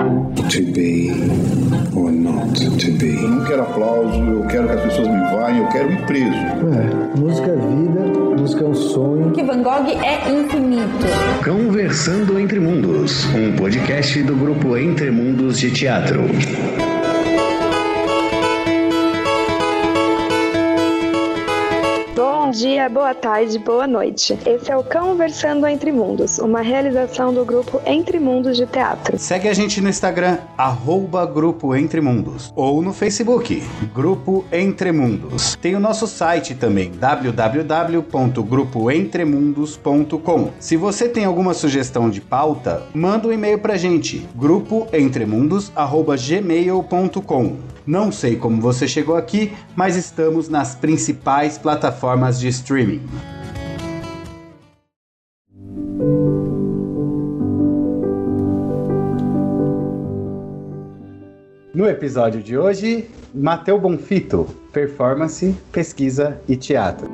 To be or not to be. Eu não quero aplauso, eu quero que as pessoas me vaiam, eu quero ir preso. Música é vida, música é um sonho. Que Van Gogh é infinito. Conversando Entre Mundos, um podcast do grupo Entre Mundos de Teatro. Bom dia, boa tarde, boa noite. Esse é o Conversando Entre Mundos, uma realização do grupo Entre Mundos de Teatro. Segue a gente no Instagram, @Grupo Entre Mundos, ou no Facebook, Grupo Entre Mundos. Tem o nosso site também, www.grupoentremundos.com. Se você tem alguma sugestão de pauta, manda um e-mail pra gente, grupoentremundos@gmail.com. Não sei como você chegou aqui, mas estamos nas principais plataformas de streaming. No episódio de hoje, Matteo Bonfitto, performance, pesquisa e teatro.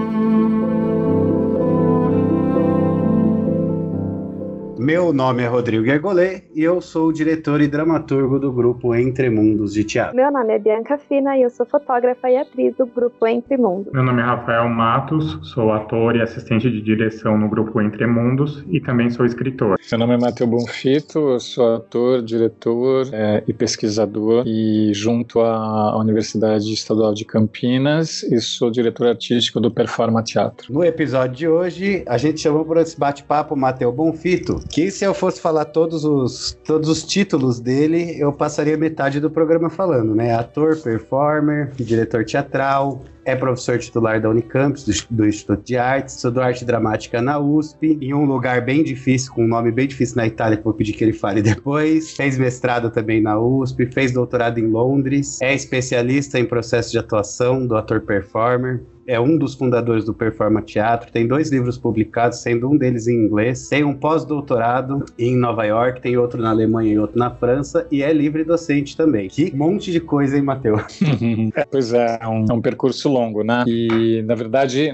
Meu nome é Rodrigo Gergolé e eu sou o diretor e dramaturgo do grupo Entre Mundos de Teatro. Meu nome é Bianca Fina e eu sou fotógrafa e atriz do grupo Entre Mundos. Meu nome é Rafael Matos, sou ator e assistente de direção no grupo Entre Mundos e também sou escritor. Meu nome é Matteo Bonfitto, eu sou ator, diretor e pesquisador e junto à Universidade Estadual de Campinas e sou diretor artístico do Performa Teatro. No episódio de hoje, a gente chamou por esse bate-papo o Matteo Bonfitto, que se eu fosse falar todos os títulos dele, eu passaria metade do programa falando, né? Ator, performer, diretor teatral, é professor titular da Unicamp, do Instituto de Artes, estudou arte dramática na USP, em um lugar bem difícil, com um nome bem difícil na Itália, que eu vou pedir que ele fale depois. Fez mestrado também na USP, fez doutorado em Londres, é especialista em processo de atuação do ator-performer. É um dos fundadores do Performa Teatro, tem 2 livros publicados, sendo um deles em inglês, tem um pós-doutorado em Nova York, tem outro na Alemanha e outro na França, e é livre docente também. Que monte de coisa, hein, Matteo? Pois é um percurso longo, né? E, na verdade,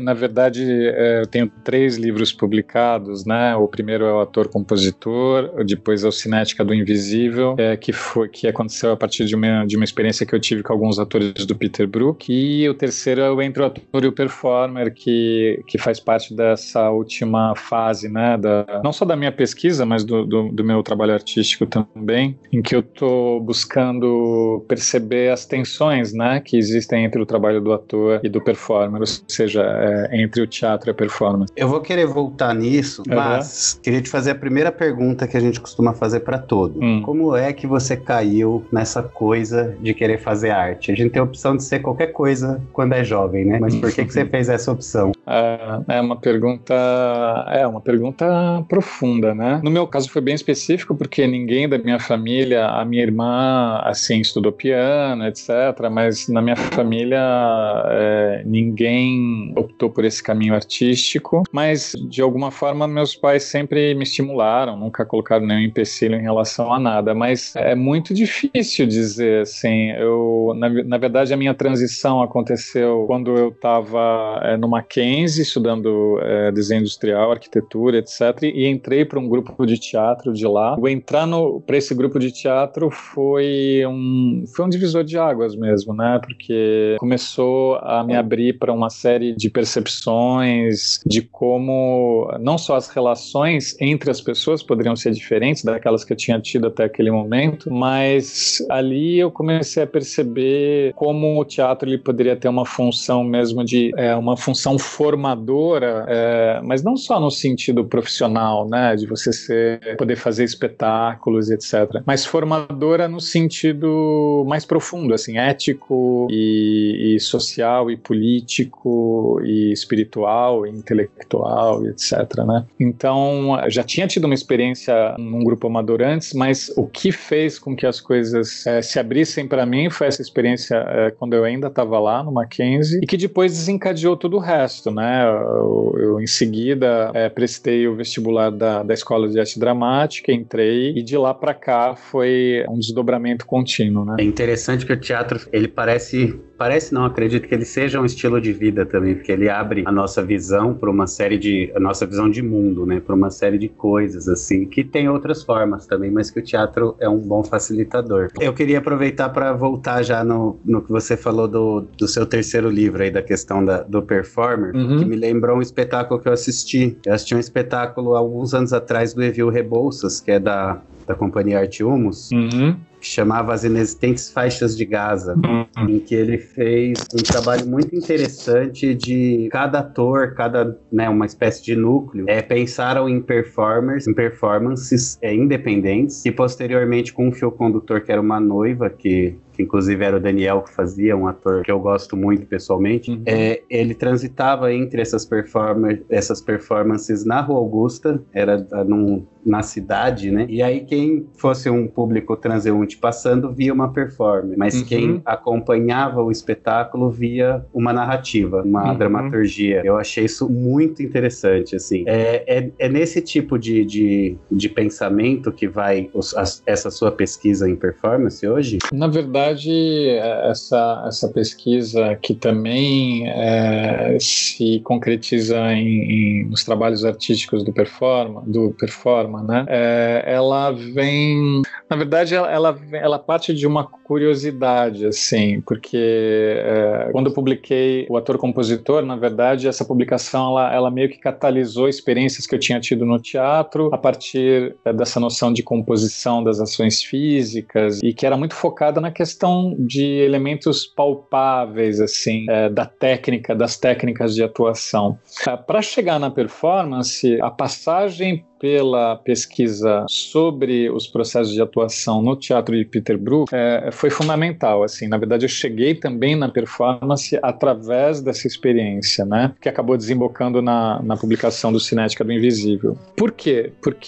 eu tenho 3 livros publicados, né? O primeiro é o Ator-Compositor, depois é o Cinética do Invisível, que aconteceu a partir de uma experiência que eu tive com alguns atores do Peter Brook, e o terceiro é o Entre o Ator e o Performer, que faz parte dessa última fase, né, não só da minha pesquisa, mas do meu trabalho artístico também, em que eu estou buscando perceber as tensões, né, que existem entre o trabalho do ator e do performer, ou seja, entre o teatro e a performance. Eu vou querer voltar nisso, mas queria te fazer a primeira pergunta que a gente costuma fazer para todo. Como é que você caiu nessa coisa de querer fazer arte? A gente tem a opção de ser qualquer coisa quando é jovem, né? Mas por que você fez essa opção? É uma pergunta profunda, né? No meu caso foi bem específico, porque ninguém da minha família, a minha irmã, assim, estudou piano, etc., mas na minha família ninguém optou por esse caminho artístico, mas de alguma forma meus pais sempre me estimularam, nunca colocaram nenhum empecilho em relação a nada, mas é muito difícil dizer, assim, na verdade a minha transição aconteceu quando eu estava no Mackenzie, estudando desenho industrial, arquitetura, etc., e entrei para um grupo de teatro de lá. O entrar para esse grupo de teatro foi um divisor de águas mesmo, né? Porque começou a me abrir para uma série de percepções de como não só as relações entre as pessoas poderiam ser diferentes daquelas que eu tinha tido até aquele momento, mas ali eu comecei a perceber como o teatro ele poderia ter uma função mesmo de uma função formadora, mas não só no sentido profissional, né, de você poder fazer espetáculos, etc., mas formadora no sentido mais profundo, assim, ético e social e político e espiritual e intelectual, etc., né? Então, já tinha tido uma experiência num grupo amador antes, mas o que fez com que as coisas se abrissem para mim foi essa experiência quando eu ainda estava lá no Mackenzie, e que depois desencadeou tudo o resto, né? Eu em seguida prestei o vestibular da Escola de Arte Dramática, entrei, e de lá para cá foi um desdobramento contínuo, né? É interessante que o teatro, ele parece não, acredito que ele seja um estilo de vida também, porque ele abre a nossa visão para a nossa visão de mundo, né, para uma série de coisas, assim, que tem outras formas também, mas que o teatro é um bom facilitador. Eu queria aproveitar para voltar já no que você falou do seu terceiro livro aí, da questão do performer, que me lembrou um espetáculo que eu assisti. Eu assisti um espetáculo há alguns anos atrás do Evil Rebouças, que é da companhia Arte Humus, que chamava As Inexistentes Faixas de Gaza, em que ele fez um trabalho muito interessante de cada ator, uma espécie de núcleo, pensaram em performances independentes, e posteriormente com um fio condutor que era uma noiva, que inclusive era o Daniel que fazia, um ator que eu gosto muito pessoalmente, ele transitava entre essas performances na Rua Augusta, era na cidade, né? E aí quem fosse um público transeunte passando via uma performance, mas quem acompanhava o espetáculo via uma narrativa, uma dramaturgia. Eu achei isso muito interessante, assim. É nesse tipo de pensamento que vai essa sua pesquisa em performance hoje? Na verdade, essa pesquisa que também se concretiza nos trabalhos artísticos do Performa, né? Ela vem, na verdade, ela parte de uma curiosidade, assim, porque quando eu publiquei O Ator-Compositor, na verdade, essa publicação ela meio que catalisou experiências que eu tinha tido no teatro a partir dessa noção de composição das ações físicas, e que era muito focada na questão de elementos palpáveis, assim, das técnicas de atuação. Para chegar na performance, a passagem pela pesquisa sobre os processos de atuação no teatro de Peter Brook foi fundamental, assim. Na verdade, eu cheguei também na performance através dessa experiência, né, que acabou desembocando na publicação do Cinética do Invisível. Por quê? Porque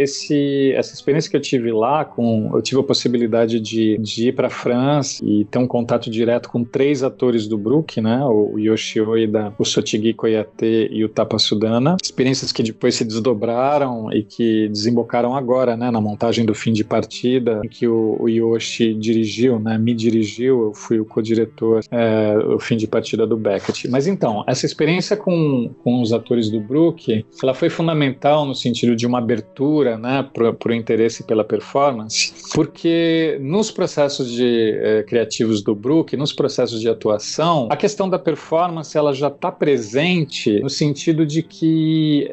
essa experiência que eu tive lá, eu tive a possibilidade de ir para a França e ter um contato direto com 3 atores do Brook, né, o Yoshi Oida, o Sotigi Koyate e o Tapa Sudana, experiências que depois se desdobraram e que desembocaram agora, né, na montagem do Fim de Partida, em que o Yoshi dirigiu, né, me dirigiu, eu fui o co-diretor o Fim de Partida do Beckett. Mas então, essa experiência com os atores do Brook, ela foi fundamental no sentido de uma abertura, né, para o interesse pela performance, porque nos processos criativos do Brook, nos processos de atuação, a questão da performance ela já está presente no sentido de que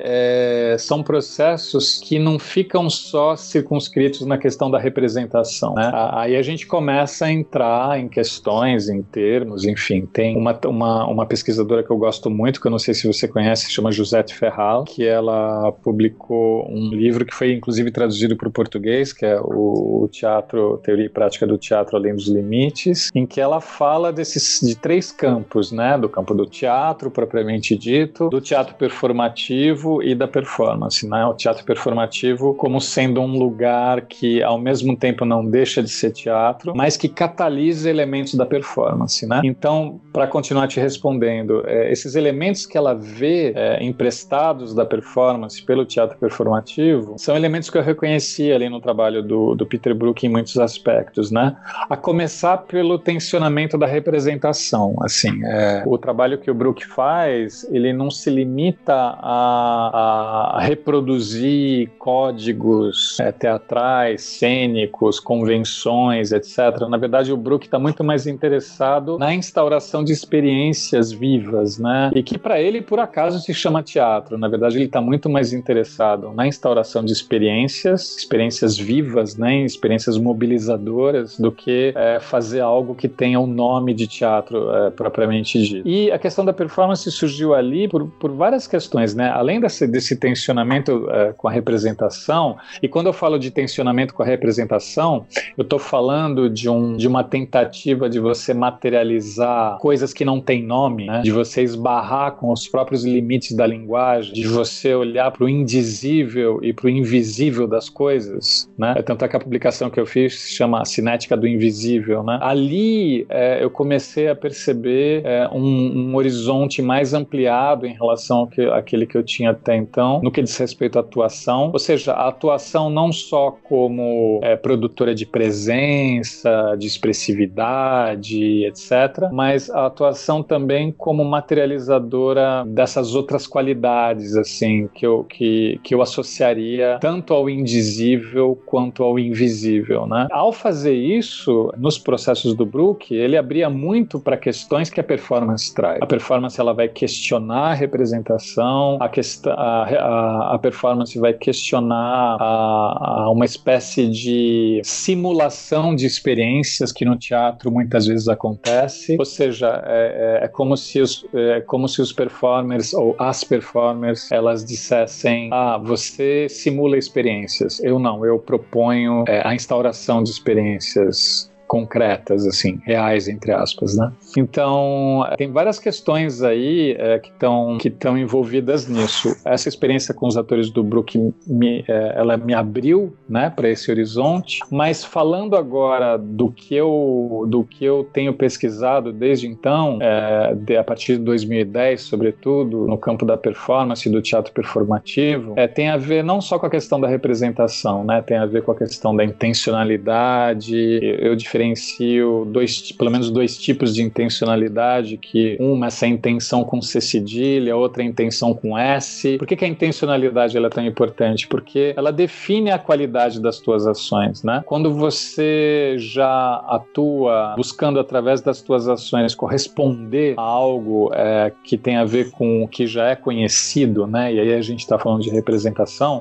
são processos que não ficam só circunscritos na questão da representação, né? Aí a gente começa a entrar em questões, em termos, enfim. Tem uma pesquisadora que eu gosto muito, que eu não sei se você conhece, se chama Josette Ferral, que ela publicou um livro que foi inclusive traduzido para o português, que é o Teatro, Teoria e Prática do Teatro Além dos Limites, em que ela fala de 3 campos, né? Do campo do teatro, propriamente dito, do teatro performativo e da performance, né? O teatro performativo como sendo um lugar que ao mesmo tempo não deixa de ser teatro, mas que catalisa elementos da performance, né? Então, para continuar te respondendo, esses elementos que ela vê emprestados da performance pelo teatro performativo são elementos que eu reconheci ali no trabalho do Peter Brook em muitos aspectos, né? A começar pelo tensionamento da representação, assim, o trabalho que o Brook faz, ele não se limita a reproduzir códigos teatrais, cênicos, convenções, etc. Na verdade, o Brook está muito mais interessado na instauração de experiências vivas, né? E que para ele, por acaso, se chama teatro. Na verdade, ele está muito mais interessado na instauração de experiências vivas, né? Experiências mobilizadoras, do que fazer algo que tenha o nome de teatro propriamente dito. E a questão da performance surgiu ali por várias questões, né? Além desse tensionamento com a representação, e quando eu falo de tensionamento com a representação, eu estou falando de uma tentativa de você materializar coisas que não têm nome, né? De você esbarrar com os próprios limites da linguagem, de você olhar para o indizível e para o invisível das coisas, né? Tanto é que a publicação que eu fiz se chama A Cinética do Invisível, né? Ali eu comecei a perceber um horizonte mais ampliado em relação àquele que eu tinha até então, no que diz respeito à atuação, ou seja, a atuação não só como produtora de presença, de expressividade, etc., mas a atuação também como materializadora dessas outras qualidades, assim, que eu associaria tanto ao indizível quanto ao invisível, né? Ao fazer isso, nos processos do Bruch, ele abria muito para questões que a performance traz. A performance, ela vai questionar a representação, a performance vai questionar uma espécie de simulação de experiências que no teatro muitas vezes acontece, ou seja, é como se os performers ou as performers, elas dissessem: você simula experiências, eu não, eu proponho a instauração de experiências concretas, assim, reais, entre aspas, né? Então, tem várias questões aí que estão envolvidas nisso. Essa experiência com os atores do Bruch, ela me abriu, né, para esse horizonte, mas falando agora do que eu tenho pesquisado desde então, a partir de 2010, sobretudo, no campo da performance e do teatro performativo, tem a ver não só com a questão da representação, né? Tem a ver com a questão da intencionalidade. Eu diferencio pelo menos dois tipos de intencionalidade, que uma é essa intenção com C cedilha, a outra é a intenção com S. Por que a intencionalidade ela é tão importante? Porque ela define a qualidade das tuas ações, né? Quando você já atua buscando através das tuas ações corresponder a algo que tem a ver com o que já é conhecido, né? E aí a gente está falando de representação,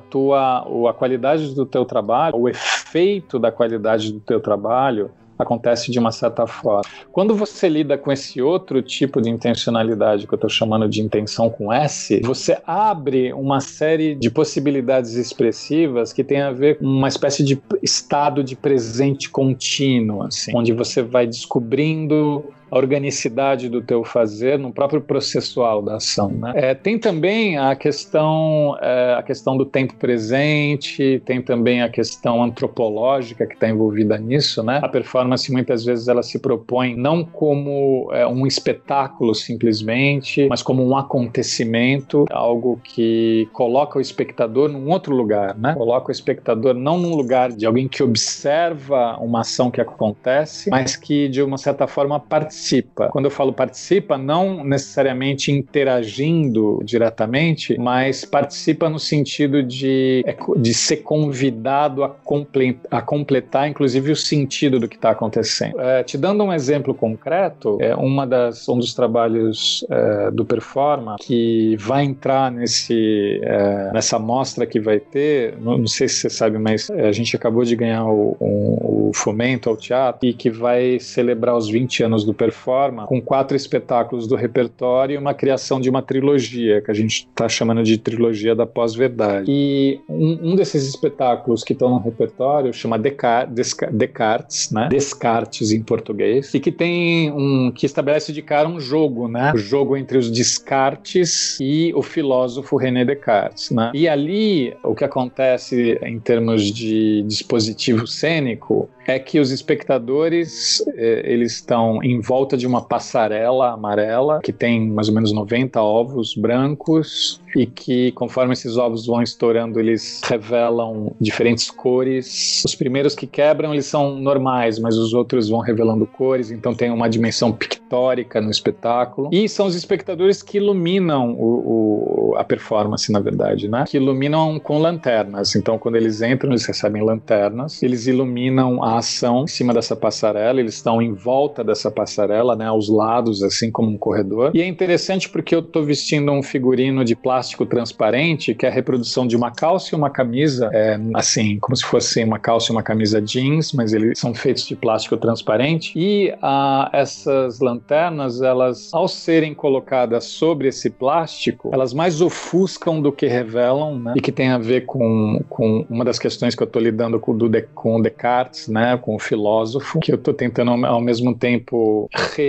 a qualidade do teu trabalho, o efeito da qualidade do teu trabalho acontece de uma certa forma. Quando você lida com esse outro tipo de intencionalidade, que eu estou chamando de intenção com S, você abre uma série de possibilidades expressivas que tem a ver com uma espécie de estado de presente contínuo, assim, onde você vai descobrindo a organicidade do teu fazer no próprio processual da ação, né? Tem também a questão do tempo presente, tem também a questão antropológica que está envolvida nisso, né? A performance muitas vezes ela se propõe não como um espetáculo simplesmente, mas como um acontecimento, algo que coloca o espectador num outro lugar, né? Coloca o espectador não num lugar de alguém que observa uma ação que acontece, mas que de uma certa forma participa. Quando eu falo participa, não necessariamente interagindo diretamente, mas participa no sentido de ser convidado a completar, inclusive, o sentido do que está acontecendo. Te dando um exemplo concreto, um dos trabalhos do Performa, que vai entrar nessa mostra que vai ter, não sei se você sabe, mas a gente acabou de ganhar o Fomento ao Teatro, e que vai celebrar os 20 anos do Performa, com 4 espetáculos do repertório e uma criação de uma trilogia, que a gente está chamando de trilogia da pós-verdade. E um desses espetáculos que estão no repertório chama Descartes, né? Descartes em português, e que estabelece de cara um jogo, né? O jogo entre os Descartes e o filósofo René Descartes, né? E ali, o que acontece em termos de dispositivo cênico é que os espectadores, eles estão em volta de uma passarela amarela que tem mais ou menos 90 ovos brancos, e que, conforme esses ovos vão estourando, eles revelam diferentes cores. Os primeiros que quebram, eles são normais, mas os outros vão revelando cores, então tem uma dimensão pictórica no espetáculo. E são os espectadores que iluminam a performance, na verdade, né? Que iluminam com lanternas. Então, quando eles entram, eles recebem lanternas, eles iluminam a ação em cima dessa passarela, eles estão em volta dessa passarela, né? Aos lados, assim como um corredor. E é interessante porque eu estou vestindo um figurino de plástico plástico transparente, que é a reprodução de uma calça e uma camisa, assim, como se fosse uma calça e uma camisa jeans, mas eles são feitos de plástico transparente, e essas lanternas, elas, ao serem colocadas sobre esse plástico, elas mais ofuscam do que revelam, né? E que tem a ver com uma das questões que eu estou lidando com o Descartes, né? Com o filósofo, que eu estou tentando ao mesmo tempo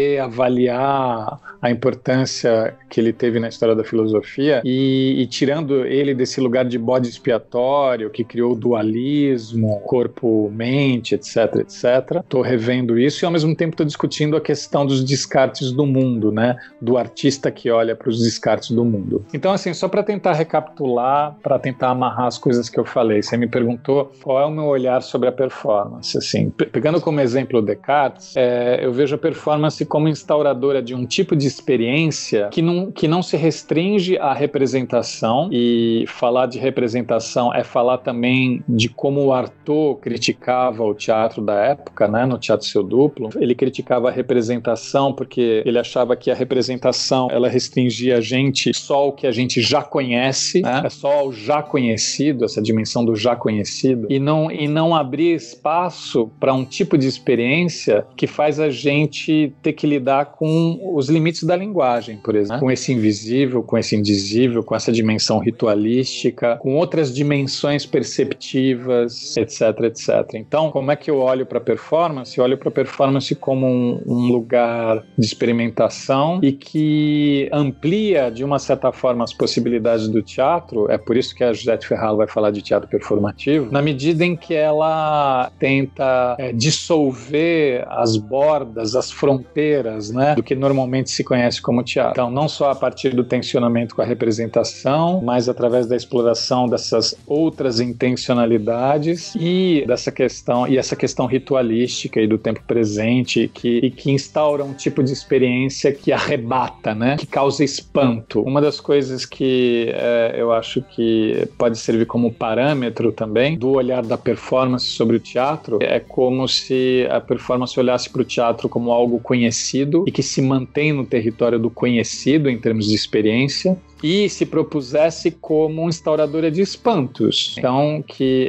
reavaliar a importância que ele teve na história da filosofia e tirando ele desse lugar de bode expiatório que criou o dualismo, corpo-mente, etc, etc. Estou revendo isso e ao mesmo tempo estou discutindo a questão dos descartes do mundo, né? Do artista que olha para os descartes do mundo. Então, assim, só para tentar recapitular, para tentar amarrar as coisas que eu falei, você me perguntou qual é o meu olhar sobre a performance. Assim, pegando como exemplo o Descartes, eu vejo a performance como instauradora de um tipo de experiência que não se restringe à representação, e falar de representação é falar também de como o Artaud criticava o teatro da época, né, no Teatro Seu Duplo. Ele criticava a representação porque ele achava que a representação ela restringia a gente só ao que a gente já conhece, né, só ao já conhecido, essa dimensão do já conhecido, e não abrir espaço para um tipo de experiência que faz a gente ter que lidar com os limites da linguagem, por exemplo, com esse invisível, com esse indizível, com essa dimensão ritualística, com outras dimensões perceptivas, etc, etc. Então, como é que eu olho para a performance? Eu olho para a performance como um lugar de experimentação e que amplia, de uma certa forma, as possibilidades do teatro. É por isso que a Josette Ferraro vai falar de teatro performativo, na medida em que ela tenta dissolver as bordas, as fronteiras, né, do que normalmente se conhece como teatro. Então, não só a partir do tensionamento com a representação, mas através da exploração dessas outras intencionalidades e essa questão ritualística e do tempo presente que instaura um tipo de experiência que arrebata, né, que causa espanto. Uma das coisas que eu acho que pode servir como parâmetro também do olhar da performance sobre o teatro é como se a performance olhasse para o teatro como algo conhecido e que se mantém no território do conhecido em termos de experiência, e se propusesse como instauradora de espantos. Então, que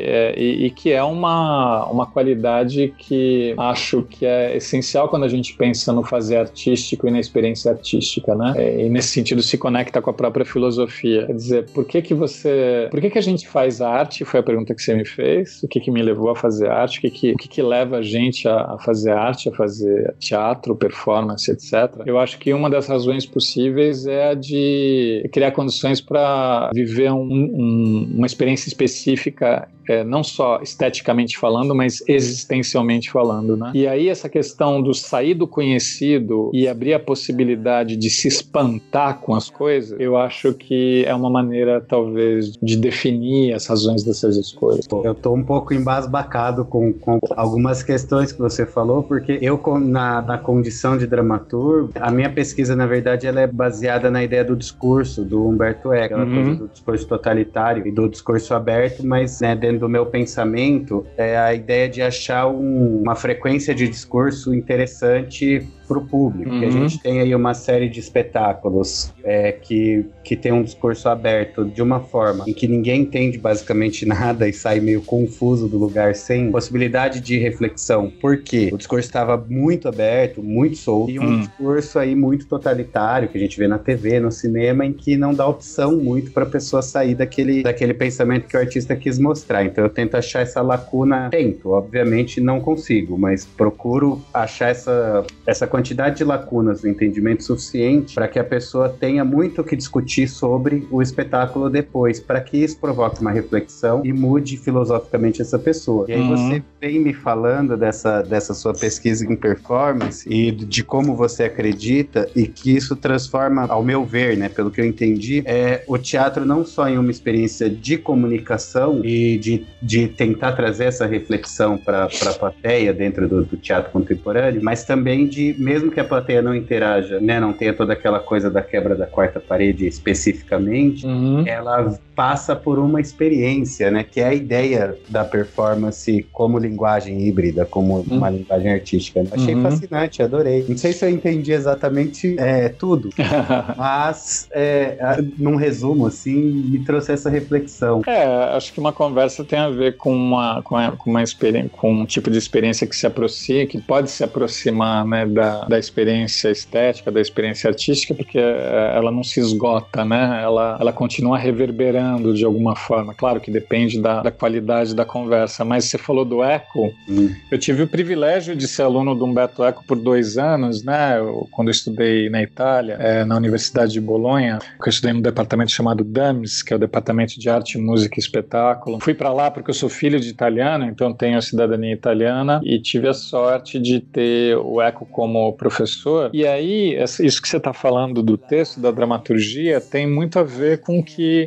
é uma qualidade que acho que é essencial quando a gente pensa no fazer artístico e na experiência artística, né? E nesse sentido se conecta com a própria filosofia. Quer dizer, por que a gente faz arte? Foi a pergunta que você me fez. O que me levou a fazer arte? O que leva a gente a fazer arte, a fazer teatro, performance, etc. Eu acho que uma das razões possíveis é a de criar condições para viver uma experiência específica, não só esteticamente falando, mas existencialmente falando, né? E aí essa questão do sair do conhecido e abrir a possibilidade de se espantar com as coisas, eu acho que é uma maneira, talvez, de definir as razões dessas escolhas. Eu tô um pouco embasbacado com algumas questões que você falou, porque eu, na condição de dramaturgo, a minha pesquisa, na verdade, ela é baseada na ideia do discurso, do Humberto Eco, aquela coisa do discurso totalitário e do discurso aberto, mas, né, dentro do meu pensamento, é a ideia de achar uma frequência de discurso interessante para o público, que a gente tem aí uma série de espetáculos que tem um discurso aberto de uma forma em que ninguém entende basicamente nada e sai meio confuso do lugar, sem possibilidade de reflexão, porque o discurso estava muito aberto, muito solto, e um discurso aí muito totalitário, que a gente vê na TV, no cinema, em que não dá opção muito para a pessoa sair daquele pensamento que o artista quis mostrar. Então eu tento achar essa lacuna, obviamente não consigo, mas procuro achar essa quantidade de lacunas no entendimento suficiente para que a pessoa tenha muito o que discutir sobre o espetáculo depois, para que isso provoque uma reflexão e mude filosoficamente essa pessoa. E aí você vem me falando dessa sua pesquisa em performance e de como você acredita, e que isso transforma, ao meu ver, né, pelo que eu entendi, o teatro não só em uma experiência de comunicação e de tentar trazer essa reflexão para a plateia dentro do teatro contemporâneo, mas também de mesmo que a plateia não interaja, né, não tenha toda aquela coisa da quebra da quarta parede especificamente, ela passa por uma experiência, né, que é a ideia da performance como linguagem híbrida, como uma linguagem artística. Achei fascinante, adorei. Não sei se eu entendi exatamente tudo, mas num resumo, assim, me trouxe essa reflexão. Acho que uma conversa tem a ver com uma experiência, com um tipo de experiência que se aproxima, que pode se aproximar, né, da experiência estética, da experiência artística, porque ela não se esgota, né? Ela continua reverberando de alguma forma. Claro que depende da qualidade da conversa, mas você falou do Eco. Eu tive o privilégio de ser aluno do Umberto Eco por 2 anos, né? Quando eu estudei na Itália, na Universidade de Bolonha, eu estudei num departamento chamado DAMS, que é o Departamento de Arte, Música e Espetáculo. Fui para lá porque eu sou filho de italiano, então tenho a cidadania italiana, e tive a sorte de ter o Eco como professor. E aí, isso que você está falando do texto, da dramaturgia, tem muito a ver com o que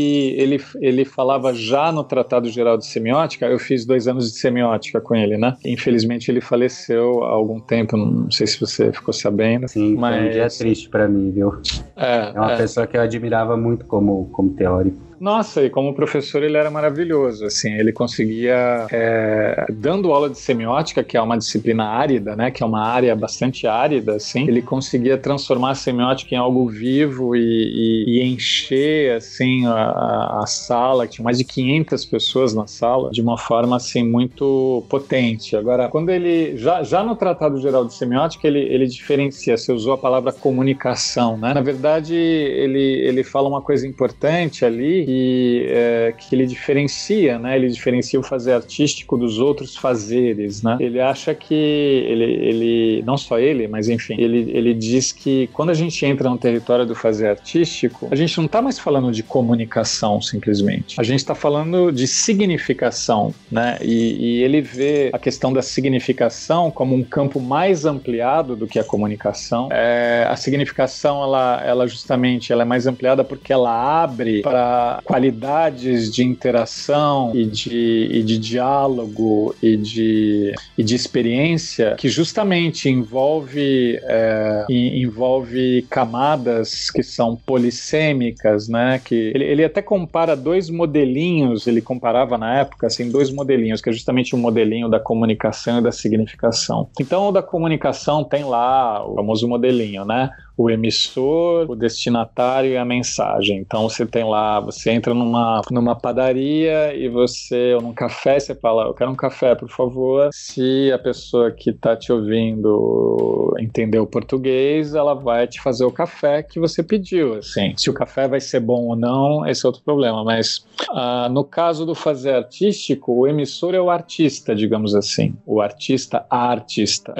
ele falava já no Tratado Geral de Semiótica. Eu fiz 2 anos de semiótica com ele, né? Infelizmente ele faleceu há algum tempo, não sei se você ficou sabendo. Sim, mas foi um dia triste para mim, viu? É uma pessoa que eu admirava muito como teórico. Nossa, e como professor ele era maravilhoso, assim, ele conseguia, dando aula de semiótica, que é uma disciplina árida, né, que é uma área bastante árida, assim, ele conseguia transformar a semiótica em algo vivo e encher, assim, a sala, que tinha mais de 500 pessoas na sala, de uma forma, assim, muito potente. Agora, quando ele, já no Tratado Geral de Semiótica, ele diferencia, você usou a palavra comunicação, né, na verdade, ele fala uma coisa importante ali, que ele diferencia, né? Ele diferencia o fazer artístico dos outros fazeres, né? Ele acha que ele não só ele, mas enfim, ele diz que quando a gente entra no território do fazer artístico, a gente não está mais falando de comunicação simplesmente. A gente está falando de significação, né? E ele vê a questão da significação como um campo mais ampliado do que a comunicação. A significação, ela justamente ela é mais ampliada porque ela abre para qualidades de interação e de diálogo e de experiência que justamente envolve camadas que são polissêmicas, né? Que ele até compara 2 modelinhos, ele comparava na época assim 2 modelinhos, que é justamente o modelinho da comunicação e da significação. Então o da comunicação tem lá o famoso modelinho, né? O emissor, o destinatário e a mensagem. Então você tem lá, você entra numa padaria e ou num café, você fala, eu quero um café, por favor. Se a pessoa que está te ouvindo entender o português, ela vai te fazer o café que você pediu, assim. Se o café vai ser bom ou não, esse é outro problema, mas no caso do fazer artístico, o emissor é o artista, digamos assim. O artista, a artista.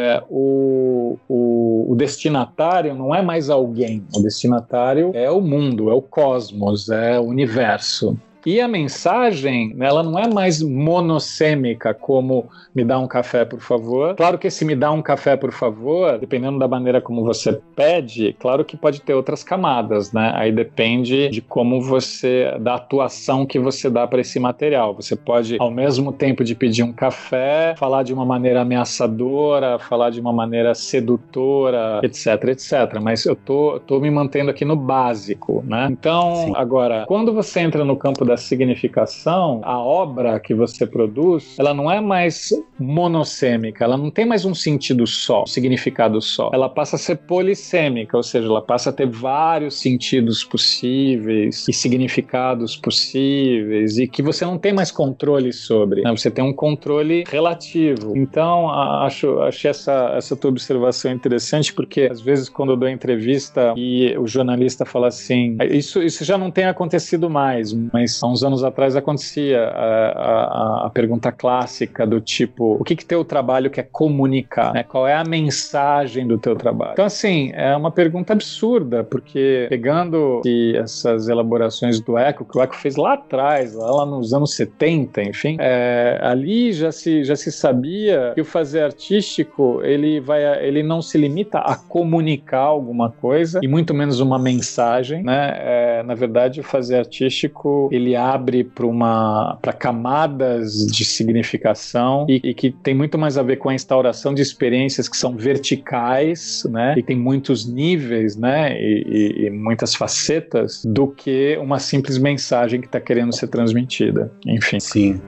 O destinatário não é mais alguém, o destinatário é o mundo, é o cosmos, é o universo. E a mensagem, ela não é mais monossêmica, como me dá um café, por favor. Claro que esse me dá um café, por favor, dependendo da maneira como você pede, claro que pode ter outras camadas, né? Aí depende de como da atuação que você dá para esse material. Você pode, ao mesmo tempo de pedir um café, falar de uma maneira ameaçadora, falar de uma maneira sedutora, etc, etc. Mas eu tô me mantendo aqui no básico, né? Então, sim. Agora, quando você entra no campo da significação, a obra que você produz, ela não é mais monossêmica, ela não tem mais um sentido só, um significado só. Ela passa a ser polissêmica, ou seja, ela passa a ter vários sentidos possíveis e significados possíveis e que você não tem mais controle sobre, né? Você tem um controle relativo. Então, achei essa tua observação interessante, porque às vezes quando eu dou entrevista e o jornalista fala assim, isso já não tem acontecido mais, mas há uns anos atrás acontecia a pergunta clássica do tipo, o que teu trabalho quer comunicar, né? Qual é a mensagem do teu trabalho? Então, assim, é uma pergunta absurda, porque pegando essas elaborações do Eco, que o Eco fez lá atrás, lá nos anos 70, enfim, ali já se sabia que o fazer artístico, ele não se limita a comunicar alguma coisa, e muito menos uma mensagem, né? Na verdade, o fazer artístico, ele abre para camadas de significação e que tem muito mais a ver com a instauração de experiências que são verticais, né, e tem muitos níveis, né, e muitas facetas, do que uma simples mensagem que está querendo ser transmitida. Enfim. Sim.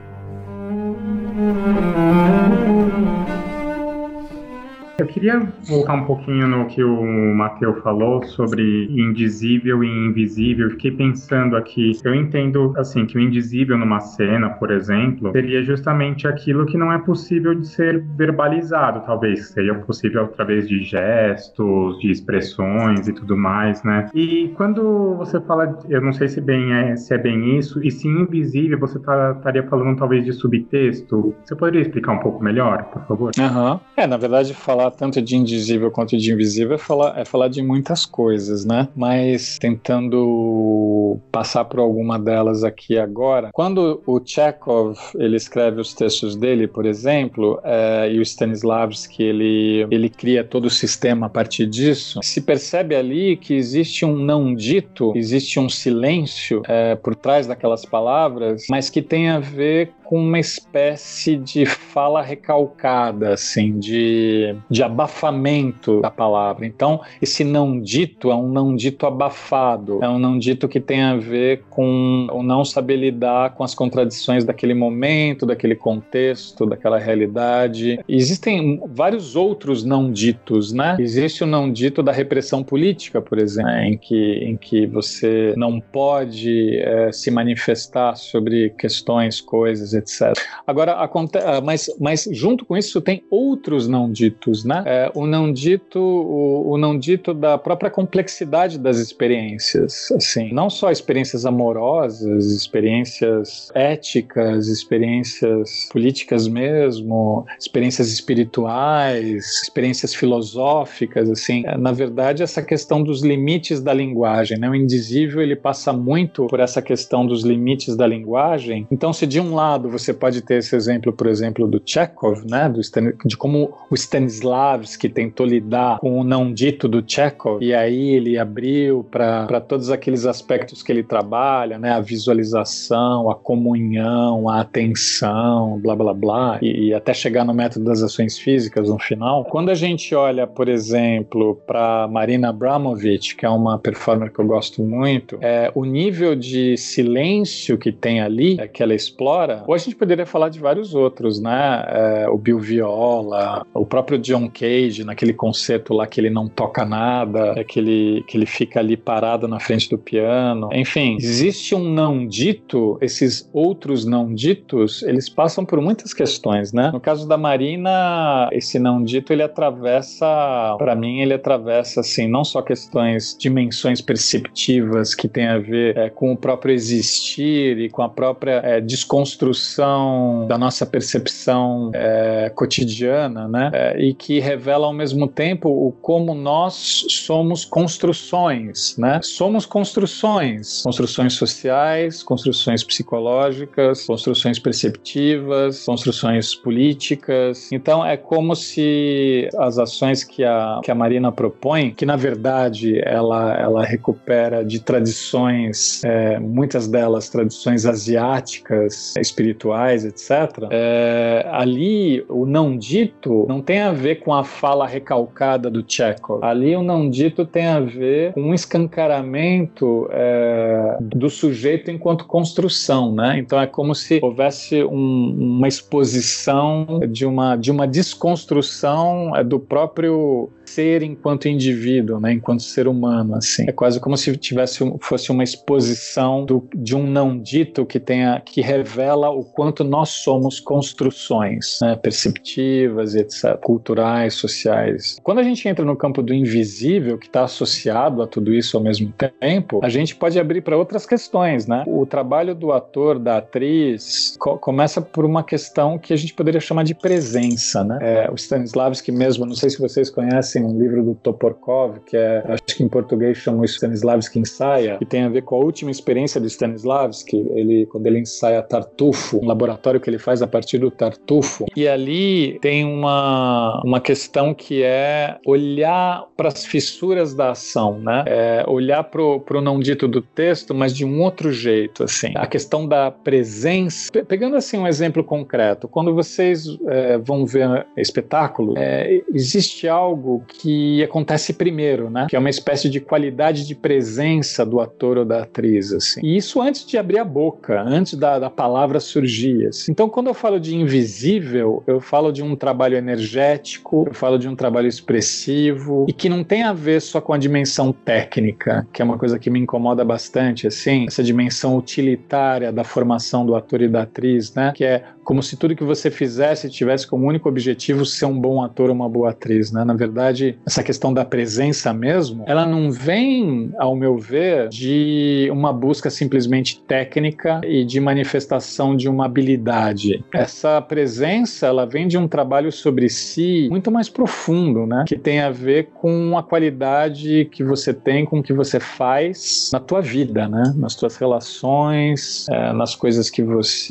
Eu queria voltar um pouquinho no que o Matteo falou sobre indizível e invisível. Fiquei pensando aqui, eu entendo assim que o indizível numa cena, por exemplo, seria justamente aquilo que não é possível de ser verbalizado, talvez seria possível através de gestos, de expressões e tudo mais, né? E quando você fala, eu não sei se é bem isso, e se invisível, você estaria falando talvez de subtexto. Você poderia explicar um pouco melhor, por favor? Na verdade, falar tanto de indizível quanto de invisível é falar de muitas coisas, né? Mas tentando passar por alguma delas aqui agora, quando o Chekhov ele escreve os textos dele, por exemplo, e o Stanislavski ele cria todo o sistema a partir disso, se percebe ali que existe um não dito, existe um silêncio por trás daquelas palavras, mas que tem a ver com uma espécie de fala recalcada, assim, de abafamento da palavra. Então, esse não dito é um não dito abafado, é um não dito que tem a ver com o não saber lidar com as contradições daquele momento, daquele contexto, daquela realidade. Existem vários outros não ditos, né? Existe o não dito da repressão política, por exemplo, em que você não pode se manifestar sobre questões, coisas, etc. Agora, mas junto com isso tem outros não ditos, né? O não dito da própria complexidade das experiências, assim, não só experiências amorosas, experiências éticas, experiências políticas mesmo, experiências espirituais, experiências filosóficas, assim. Na verdade, essa questão dos limites da linguagem, né? O indizível, ele passa muito por essa questão dos limites da linguagem. Então, se de um lado você pode ter esse exemplo, por exemplo, do Chekhov, né? De como o Stanislavski tentou lidar com o não dito do Chekhov, e aí ele abriu para todos aqueles aspectos que ele trabalha, né? A visualização, a comunhão, a atenção, blá blá blá, e até chegar no método das ações físicas no final. Quando a gente olha, por exemplo, para Marina Abramović, que é uma performer que eu gosto muito, o nível de silêncio que tem ali, que ela explora, ou a gente poderia falar de vários outros, né? O Bill Viola, o próprio John Cage, naquele concerto lá que ele não toca nada, que ele fica ali parado na frente do piano. Enfim, existe um não dito, esses outros não ditos, eles passam por muitas questões, né? No caso da Marina, esse não dito, ele atravessa, para mim, assim, não só questões, dimensões perceptivas que tem a ver com o próprio existir e com a própria desconstrução da nossa percepção cotidiana, né? E que revela ao mesmo tempo como nós somos construções, né? Somos construções sociais, construções psicológicas, construções perceptivas, construções políticas. Então é como se as ações que a Marina propõe, que na verdade ela recupera de tradições, muitas delas tradições asiáticas, espirituais, etc. Ali o não dito não tem a ver com a fala recalcada do Chekhov. Ali o não dito tem a ver com um escancaramento do sujeito enquanto construção, né? Então é como se houvesse uma exposição de uma desconstrução do próprio ser enquanto indivíduo, né? Enquanto ser humano, assim. É quase como se fosse uma exposição de um não dito que revela o quanto nós somos construções, né? Perceptivas e etc., culturais, sociais. Quando a gente entra no campo do invisível, que está associado a tudo isso ao mesmo tempo, a gente pode abrir para outras questões, né? O trabalho do ator, da atriz, começa por uma questão que a gente poderia chamar de presença, né? O Stanislavski mesmo, não sei se vocês conhecem um livro do Toporkov, que acho que em português chama o Stanislavski Ensaia, que tem a ver com a última experiência do Stanislavski, quando ele ensaia tartufo, um laboratório que ele faz a partir do tartufo. E ali tem uma questão que é olhar para as fissuras da ação, né? Olhar pro não dito do texto, mas de um outro jeito, assim. A questão da presença. Pegando assim um exemplo concreto, quando vocês vão ver espetáculo, existe algo que acontece primeiro, né? Que é uma espécie de qualidade de presença do ator ou da atriz, assim. E isso antes de abrir a boca, antes da palavra surgir, assim. Então, quando eu falo de invisível, eu falo de um trabalho energético, eu falo de um trabalho expressivo, e que não tem a ver só com a dimensão técnica, que é uma coisa que me incomoda bastante, assim, essa dimensão utilitária da formação do ator e da atriz, né? Que é como se tudo que você fizesse tivesse como único objetivo ser um bom ator ou uma boa atriz, né? Na verdade, essa questão da presença mesmo, ela não vem, ao meu ver, de uma busca simplesmente técnica e de manifestação de uma habilidade. Essa presença, ela vem de um trabalho sobre si muito mais profundo, né? Que tem a ver com a qualidade que você tem com o que você faz na tua vida, né? Nas tuas relações, nas coisas que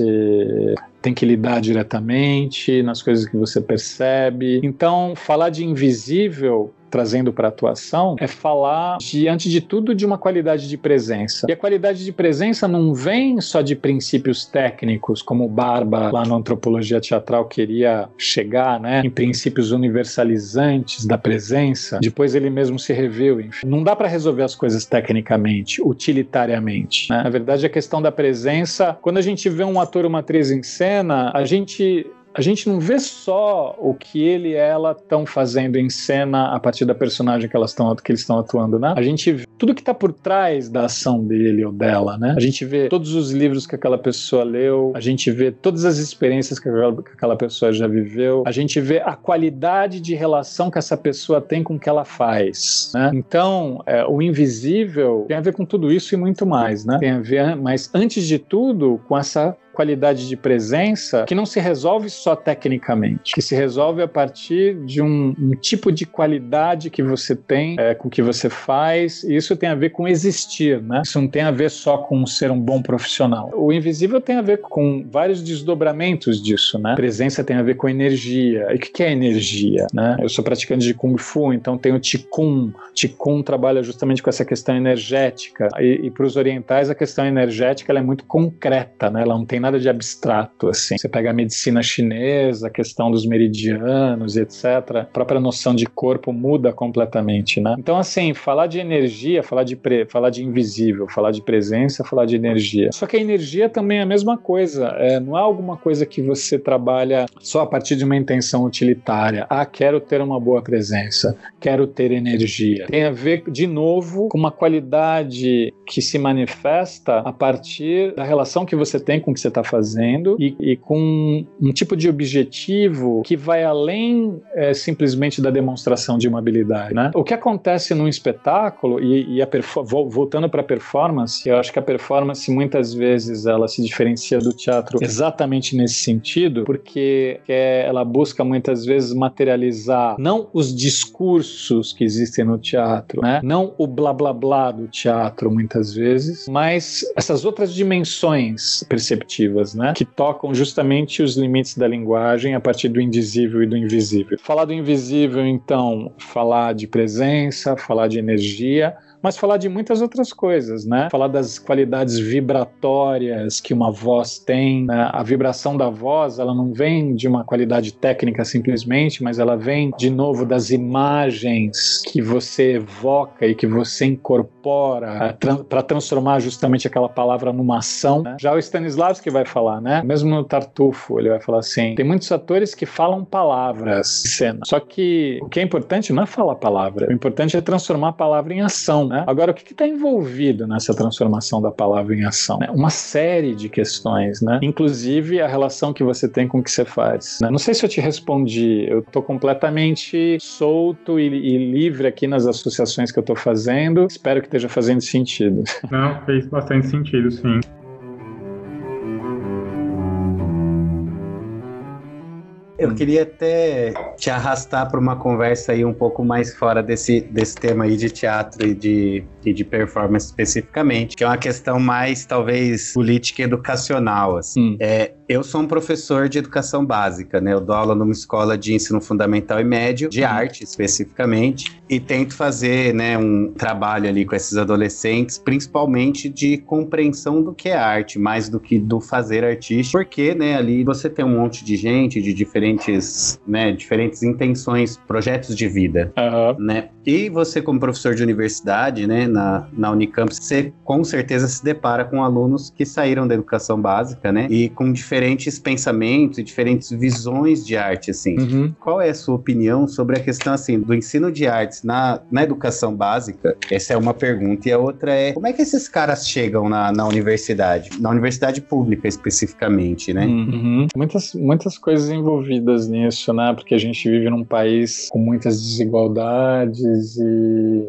você tem que lidar diretamente, nas coisas que você percebe. Então, falar de invisível, trazendo para a atuação, é falar, antes de tudo, de uma qualidade de presença. E a qualidade de presença não vem só de princípios técnicos, como o Barba, lá na Antropologia Teatral, queria chegar, né, em princípios universalizantes da presença. Depois ele mesmo se reviu. Enfim. Não dá para resolver as coisas tecnicamente, utilitariamente, né? Na verdade, a questão da presença, quando a gente vê um ator ou uma atriz em cena, a gente não vê só o que ele e ela estão fazendo em cena a partir da personagem que eles estão atuando, né? A gente vê tudo que está por trás da ação dele ou dela, né? A gente vê todos os livros que aquela pessoa leu, a gente vê todas as experiências que aquela pessoa já viveu, a gente vê a qualidade de relação que essa pessoa tem com o que ela faz, né? Então, o invisível tem a ver com tudo isso e muito mais, né? Tem a ver, mas antes de tudo, com essa qualidade de presença que não se resolve só tecnicamente, que se resolve a partir de um tipo de qualidade que você tem com o que você faz, e isso tem a ver com existir, né? Isso não tem a ver só com ser um bom profissional. O invisível tem a ver com vários desdobramentos disso, né? Presença tem a ver com energia. E o que é energia, né? Eu sou praticante de Kung Fu, então tem o Qigong. Qigong trabalha justamente com essa questão energética, e para os orientais a questão energética ela é muito concreta, né? Ela não tem nada de abstrato, assim. Você pega a medicina chinesa, a questão dos meridianos, etc. A própria noção de corpo muda completamente, né? Então, assim, falar de energia, falar de invisível, falar de presença, falar de energia. Só que a energia também é a mesma coisa. Não é alguma coisa que você trabalha só a partir de uma intenção utilitária. Quero ter uma boa presença, quero ter energia. Tem a ver, de novo, com uma qualidade que se manifesta a partir da relação que você tem com o que você está fazendo e com um tipo de objetivo que vai além simplesmente da demonstração de uma habilidade, né? O que acontece num espetáculo voltando para a performance, eu acho que a performance muitas vezes ela se diferencia do teatro exatamente nesse sentido, porque ela busca muitas vezes materializar não os discursos que existem no teatro, né? Não o blá blá blá do teatro muitas vezes, mas essas outras dimensões perceptivas, né, que tocam justamente os limites da linguagem a partir do indizível e do invisível. Falar do invisível, então, falar de presença, falar de energia, mas falar de muitas outras coisas, né? Falar das qualidades vibratórias que uma voz tem, né? A vibração da voz, ela não vem de uma qualidade técnica simplesmente, mas ela vem, de novo, das imagens que você evoca e que você incorpora para transformar justamente aquela palavra numa ação, né? Já o Stanislavski vai falar, né? Mesmo no Tartufo, ele vai falar assim, tem muitos atores que falam palavras em cena, só que o que é importante não é falar palavra, o importante é transformar a palavra em ação, né? Agora, o que está envolvido nessa transformação da palavra em ação? Uma série de questões, né? Inclusive a relação que você tem com o que você faz, né? Não sei se eu te respondi, eu estou completamente solto e livre aqui nas associações que eu estou fazendo, espero que esteja fazendo sentido. Não, fez bastante sentido, sim. Eu queria até te arrastar para uma conversa aí um pouco mais fora desse tema aí de teatro e de performance especificamente, que é uma questão mais, talvez, política e educacional, assim. Eu sou um professor de educação básica, né? Eu dou aula numa escola de ensino fundamental e médio, de arte especificamente, e tento fazer, né, um trabalho ali com esses adolescentes, principalmente de compreensão do que é arte, mais do que do fazer artístico, porque, né, ali você tem um monte de gente de diferentes intenções, projetos de vida, né? E você, como professor de universidade, né, na Unicamp, você com certeza se depara com alunos que saíram da educação básica, né, e com diferentes pensamentos e diferentes visões de arte, assim. Qual é a sua opinião sobre a questão, assim, do ensino de artes na educação básica? Essa é uma pergunta. E a outra é, como é que esses caras chegam na universidade? Na universidade pública, especificamente, né? Muitas coisas envolvidas nisso, né? Porque a gente vive num país com muitas desigualdades e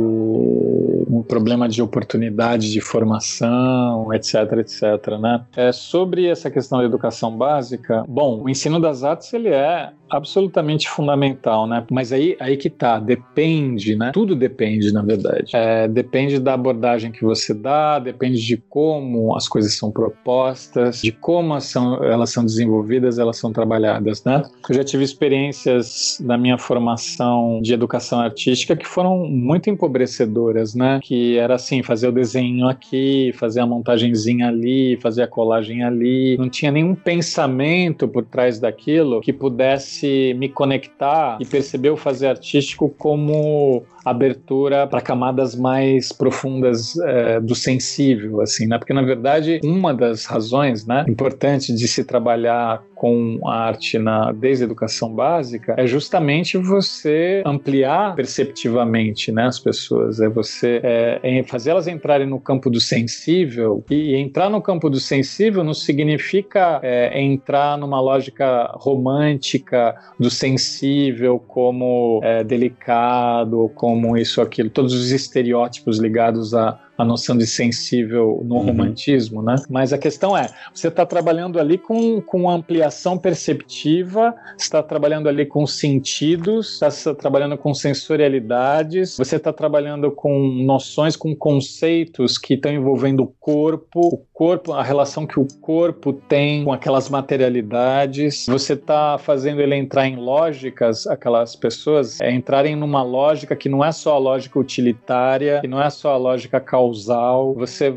um problema de oportunidade de formação, etc, né? Sobre essa questão da educação básica, bom, o ensino das artes, ele é absolutamente fundamental, né? Mas aí que tá, depende, né? Tudo depende, na verdade. Depende da abordagem que você dá, depende de como as coisas são propostas, de como elas são desenvolvidas, elas são trabalhadas, né? Eu já tive experiências na minha formação de educação artística que foram muito empobrecedoras, né? Que era assim, fazer o desenho aqui, fazer a montagenzinha ali, fazer a colagem ali. Não tinha nenhum pensamento por trás daquilo que pudesse me conectar e perceber o fazer artístico como abertura para camadas mais profundas do sensível, assim, né? Porque, na verdade, uma das razões, né, importantes de se trabalhar com a arte desde a educação básica é justamente você ampliar perceptivamente, né, as pessoas, você fazer elas entrarem no campo do sensível, e entrar no campo do sensível não significa entrar numa lógica romântica do sensível como delicado, como isso, aquilo, todos os estereótipos ligados à noção de sensível no romantismo, né? Mas a questão você está trabalhando ali com ampliação perceptiva, você está trabalhando ali com sentidos, está trabalhando com sensorialidades, você está trabalhando com noções, com conceitos que estão envolvendo o corpo, a relação que o corpo tem com aquelas materialidades, você está fazendo ele entrar em lógicas, aquelas pessoas entrarem numa lógica que não é só a lógica utilitária, que não é só a lógica causal, você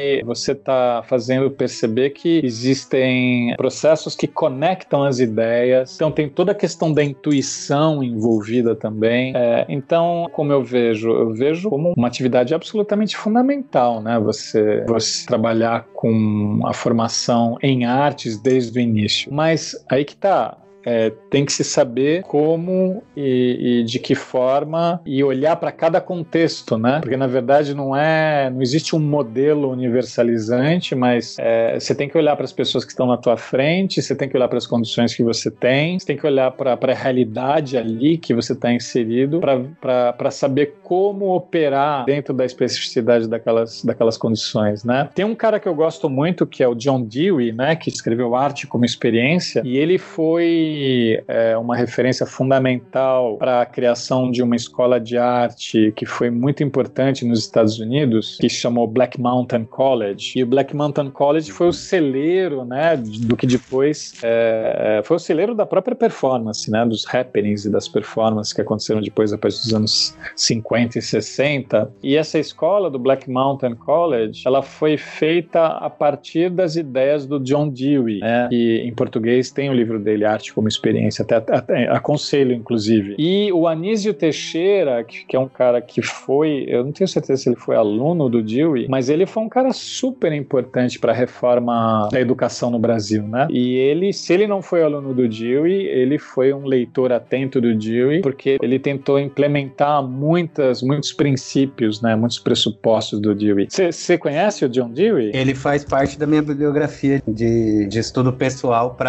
está fazendo perceber que existem processos que conectam as ideias, então tem toda a questão da intuição envolvida também. Então, como eu vejo como uma atividade absolutamente fundamental, né? Você trabalhar com a formação em artes desde o início. Mas aí que tá. Tem que se saber como e de que forma e olhar para cada contexto, né? Porque na verdade não existe um modelo universalizante, mas você tem que olhar para as pessoas que estão na tua frente, você tem que olhar para as condições que você tem que olhar para a realidade ali que você está inserido para saber como operar dentro da especificidade daquelas condições, né? Tem um cara que eu gosto muito, que é o John Dewey, né? Que escreveu Arte como Experiência, e ele foi uma referência fundamental para a criação de uma escola de arte que foi muito importante nos Estados Unidos, que se chamou Black Mountain College. E o Black Mountain College foi o celeiro, né, do que depois foi o celeiro da própria performance, né, dos happenings e das performances que aconteceram depois, a partir dos anos 50 e 60. E essa escola do Black Mountain College, ela foi feita a partir das ideias do John Dewey, né, que em português tem o livro dele, Arte como Experiência, até aconselho, inclusive. E o Anísio Teixeira, que é um cara que eu não tenho certeza se ele foi aluno do Dewey, mas ele foi um cara super importante para a reforma da educação no Brasil, né? E se ele não foi aluno do Dewey, ele foi um leitor atento do Dewey, porque ele tentou implementar muitos princípios, né? Muitos pressupostos do Dewey. Você conhece o John Dewey? Ele faz parte da minha bibliografia de estudo pessoal para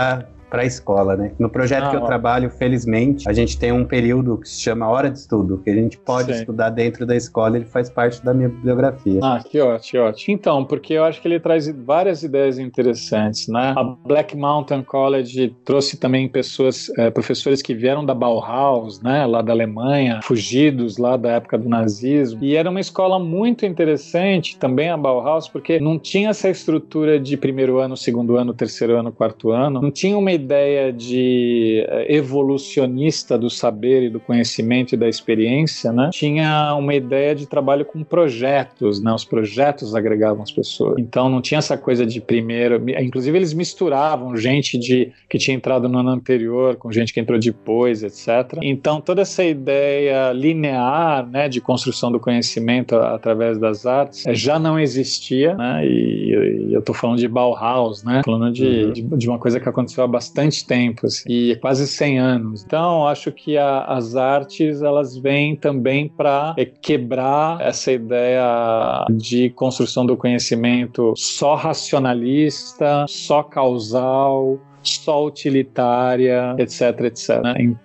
para a escola, né? No projeto que eu trabalho, felizmente, a gente tem um período que se chama Hora de Estudo, que a gente pode estudar dentro da escola, ele faz parte da minha bibliografia. Que ótimo, ótimo. Então, porque eu acho que ele traz várias ideias interessantes, né? A Black Mountain College trouxe também pessoas, professores que vieram da Bauhaus, né? Lá da Alemanha, fugidos lá da época do nazismo, e era uma escola muito interessante, também a Bauhaus, porque não tinha essa estrutura de primeiro ano, segundo ano, terceiro ano, quarto ano, não tinha uma ideia de evolucionista do saber e do conhecimento e da experiência, né? Tinha uma ideia de trabalho com projetos, né? Os projetos agregavam as pessoas. Então não tinha essa coisa de primeiro, inclusive eles misturavam gente que tinha entrado no ano anterior com gente que entrou depois, etc. Então toda essa ideia linear, né, de construção do conhecimento através das artes já não existia, né? E eu tô falando de Bauhaus, né? Falando de uma coisa que aconteceu há bastante tempo, assim, e quase 100 anos. Então, acho que as artes, elas vêm também para quebrar essa ideia de construção do conhecimento só racionalista, só causal, só utilitária, etc, etc.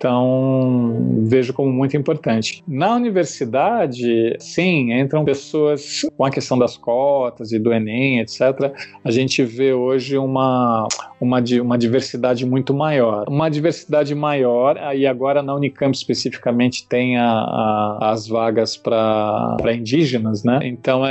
Então, vejo como muito importante. Na universidade, sim, entram pessoas com a questão das cotas e do Enem, etc. A gente vê hoje uma diversidade muito maior. Uma diversidade maior, e agora na Unicamp especificamente tem as vagas para indígenas, né? Então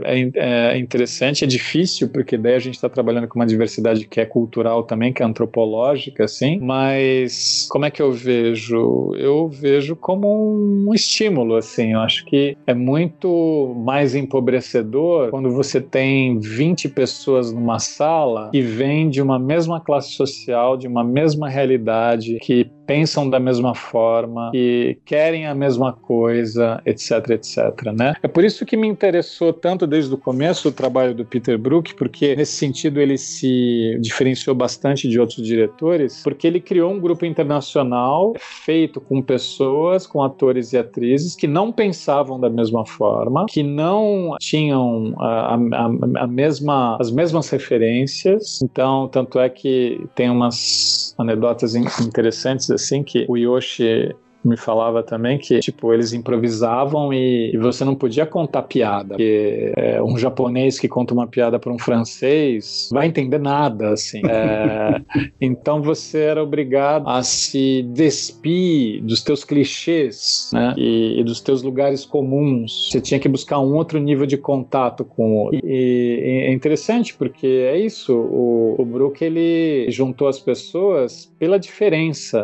é interessante, é difícil, porque daí a gente está trabalhando com uma diversidade que é cultural também, que é antropológica, assim, mas como é que eu vejo? Eu vejo como um estímulo, assim. Eu acho que é muito mais empobrecedor quando você tem 20 pessoas numa sala que vêm de uma mesma classe social, de uma mesma realidade, que pensam da mesma forma, que querem a mesma coisa, etc, etc, né? É por isso que me interessou tanto desde o começo o trabalho do Peter Brook, porque nesse sentido ele se diferenciou bastante de outros diretores, porque ele criou um grupo internacional feito com pessoas, com atores e atrizes que não pensavam da mesma forma, que não tinham as mesmas referências. Então, tanto é que tem umas anedotas interessantes, assim, que o Yoshi me falava também que, tipo, eles improvisavam e você não podia contar piada, porque um japonês que conta uma piada para um francês vai entender nada, assim. Então você era obrigado a se despir dos teus clichês, né, e dos teus lugares comuns. Você tinha que buscar um outro nível de contato com o outro. E é interessante porque é isso, o Brook, ele juntou as pessoas pela diferença,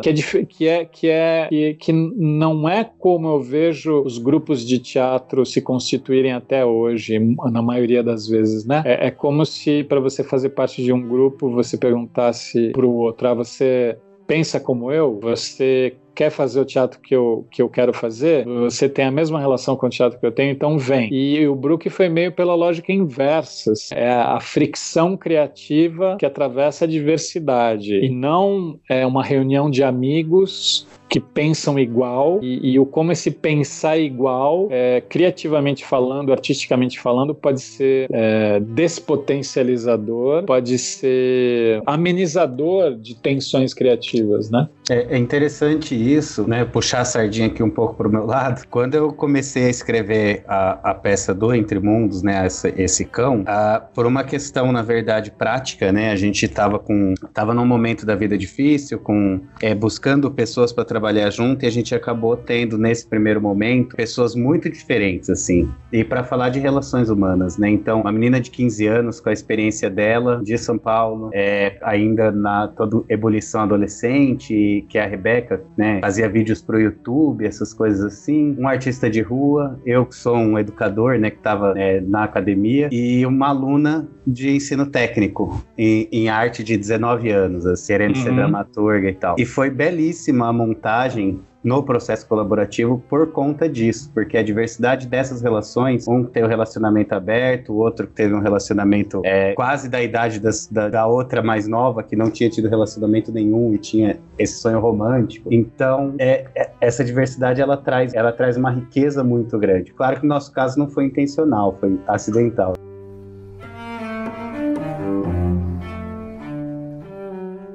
que não é como eu vejo os grupos de teatro se constituírem até hoje, na maioria das vezes, né? É como se, para você fazer parte de um grupo, você perguntasse para o outro: você pensa como eu? Você quer fazer o teatro que eu quero fazer? Você tem a mesma relação com o teatro que eu tenho? Então vem. E o Brook foi meio pela lógica inversa. É a fricção criativa que atravessa a diversidade. E não é uma reunião de amigos que pensam igual, e como esse pensar igual, criativamente falando, artisticamente falando, pode ser despotencializador, pode ser amenizador de tensões criativas, né? É interessante isso, né? Puxar a sardinha aqui um pouco pro meu lado. Quando eu comecei a escrever a peça do Entre Mundos, né? Esse cão, por uma questão, na verdade, prática, né? A gente tava num momento da vida difícil, buscando pessoas para trabalhar junto, e a gente acabou tendo, nesse primeiro momento, pessoas muito diferentes, assim. E para falar de relações humanas, né? Então, uma menina de 15 anos, com a experiência dela, de São Paulo, ainda na toda ebulição adolescente, que é a Rebeca, né? Fazia vídeos pro YouTube, essas coisas assim. Um artista de rua, eu que sou um educador, né? Que tava na academia, e uma aluna de ensino técnico em arte de 19 anos, assim, querendo ser dramaturga e tal. E foi belíssima a montagem no processo colaborativo por conta disso, porque a diversidade dessas relações, um tem um relacionamento aberto, o outro teve um relacionamento quase da idade da outra mais nova, que não tinha tido relacionamento nenhum e tinha esse sonho romântico. Então, essa diversidade, ela traz uma riqueza muito grande. Claro que no nosso caso não foi intencional, foi acidental.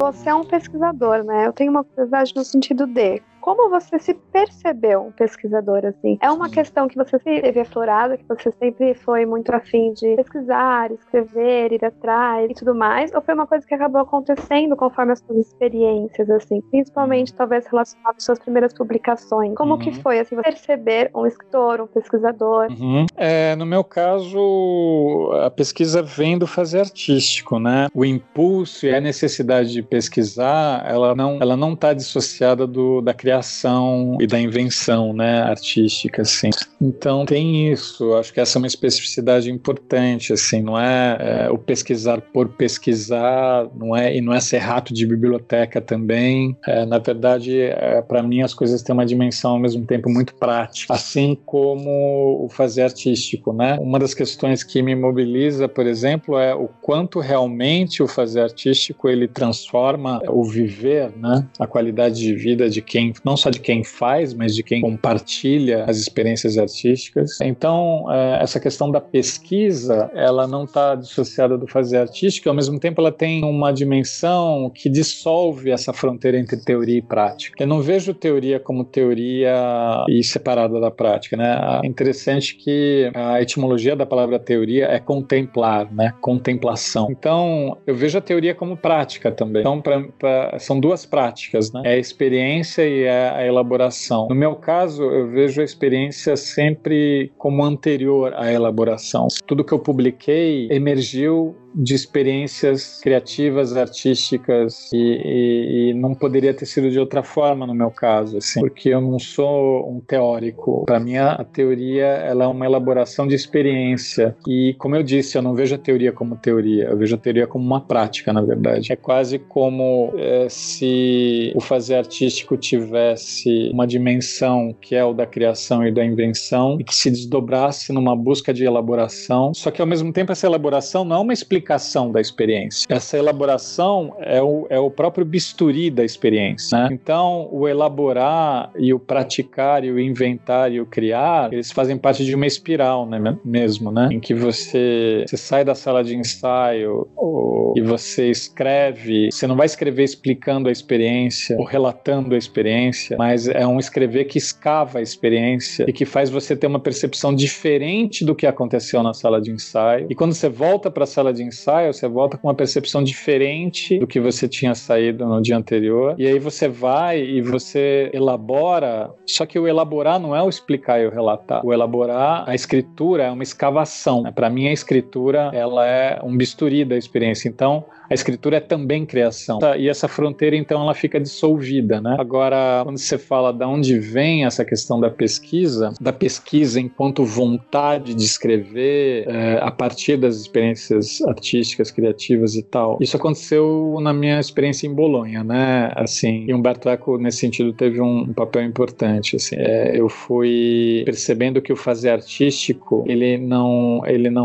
você é um pesquisador, né? Eu tenho uma curiosidade no sentido de como você se percebeu um pesquisador, assim? É uma questão que você sempre teve aflorada, que você sempre foi muito afim de pesquisar, escrever, ir atrás e tudo mais? Ou foi uma coisa que acabou acontecendo conforme as suas experiências, assim? Principalmente, talvez, relacionado às suas primeiras publicações. Como que foi, assim, você perceber um escritor, um pesquisador? No meu caso, a pesquisa vem do fazer artístico, né? O impulso e a necessidade de pesquisar, ela não está dissociada da criação e da invenção, né, artística, assim. Então tem isso, acho que essa é uma especificidade importante, assim, não é o pesquisar por pesquisar, não é ser rato de biblioteca também. Na verdade, para mim as coisas têm uma dimensão ao mesmo tempo muito prática, assim como o fazer artístico, né? Uma das questões que me mobiliza, por exemplo, é o quanto realmente o fazer artístico ele transforma o viver, né? A qualidade de vida de quem, não só de quem faz, mas de quem compartilha as experiências artísticas. Então, essa questão da pesquisa, ela não está dissociada do fazer artístico, ao mesmo tempo ela tem uma dimensão que dissolve essa fronteira entre teoria e prática. Eu não vejo teoria como teoria e separada da prática, né? É interessante que a etimologia da palavra teoria é contemplar, né? Contemplação. Então, eu vejo a teoria como prática também. Então, são duas práticas, né? É a experiência e a elaboração. No meu caso, eu vejo a experiência sempre como anterior à elaboração. Tudo que eu publiquei emergiu de experiências criativas, artísticas e não poderia ter sido de outra forma no meu caso, assim, porque eu não sou um teórico. Para mim, a teoria ela é uma elaboração de experiência e, como eu disse, eu não vejo a teoria como teoria, eu vejo a teoria como uma prática, na verdade. É quase como se o fazer artístico tivesse uma dimensão que é o da criação e da invenção e que se desdobrasse numa busca de elaboração, só que ao mesmo tempo essa elaboração não é uma explicação da experiência. Essa elaboração é o próprio bisturi da experiência, né? Então, o elaborar e o praticar e o inventar e o criar, eles fazem parte de uma espiral, né, mesmo, né? Em que você sai da sala de ensaio e você escreve, você não vai escrever explicando a experiência ou relatando a experiência, mas é um escrever que escava a experiência e que faz você ter uma percepção diferente do que aconteceu na sala de ensaio. E quando você volta para a sala de ensaio, você volta com uma percepção diferente do que você tinha saído no dia anterior, e aí você vai e você elabora, só que o elaborar não é o explicar e o relatar. O elaborar, a escritura é uma escavação. Para mim, a escritura, ela é um bisturi da experiência. Então, a escritura é também criação. E essa fronteira, então, ela fica dissolvida, né? Agora, quando você fala de onde vem essa questão da pesquisa enquanto vontade de escrever a partir das experiências artísticas, criativas e tal, isso aconteceu na minha experiência em Bolonha, né? Assim, e Umberto Eco, nesse sentido, teve um papel importante, assim. Eu fui percebendo que o fazer artístico, ele não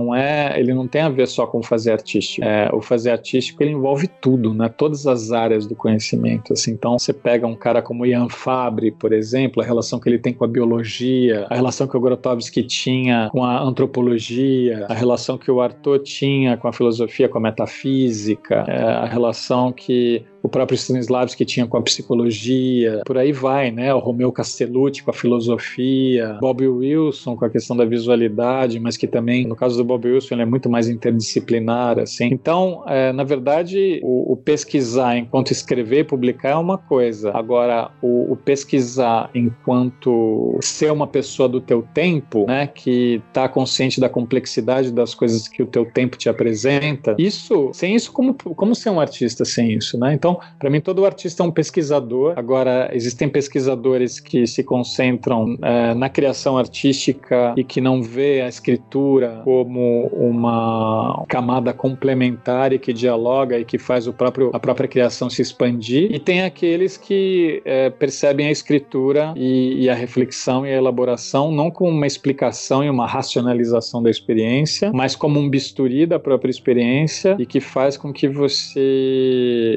tem a ver só com o fazer artístico. O fazer artístico ele envolve tudo, né? Todas as áreas do conhecimento, assim. Então, você pega um cara como Ian Fabre, por exemplo, a relação que ele tem com a biologia, a relação que o Grotowski tinha com a antropologia, a relação que o Artaud tinha com a filosofia, com a metafísica, a relação que o próprio Stanislavski tinha com a psicologia, por aí vai, né? O Romeu Castellucci com a filosofia, Bob Wilson com a questão da visualidade, mas que também, no caso do Bob Wilson, ele é muito mais interdisciplinar, assim. Então, na verdade, o pesquisar enquanto escrever e publicar é uma coisa. Agora, o pesquisar enquanto ser uma pessoa do teu tempo, né? Que está consciente da complexidade das coisas que o teu tempo te apresenta, sem isso, como ser um artista sem isso, né? Então, para mim, todo artista é um pesquisador. Agora, existem pesquisadores que se concentram na criação artística e que não vê a escritura como uma camada complementar e que dialoga e que faz a própria criação se expandir. E tem aqueles que percebem a escritura e a reflexão e a elaboração não como uma explicação e uma racionalização da experiência, mas como um bisturi da própria experiência e que faz com que você veja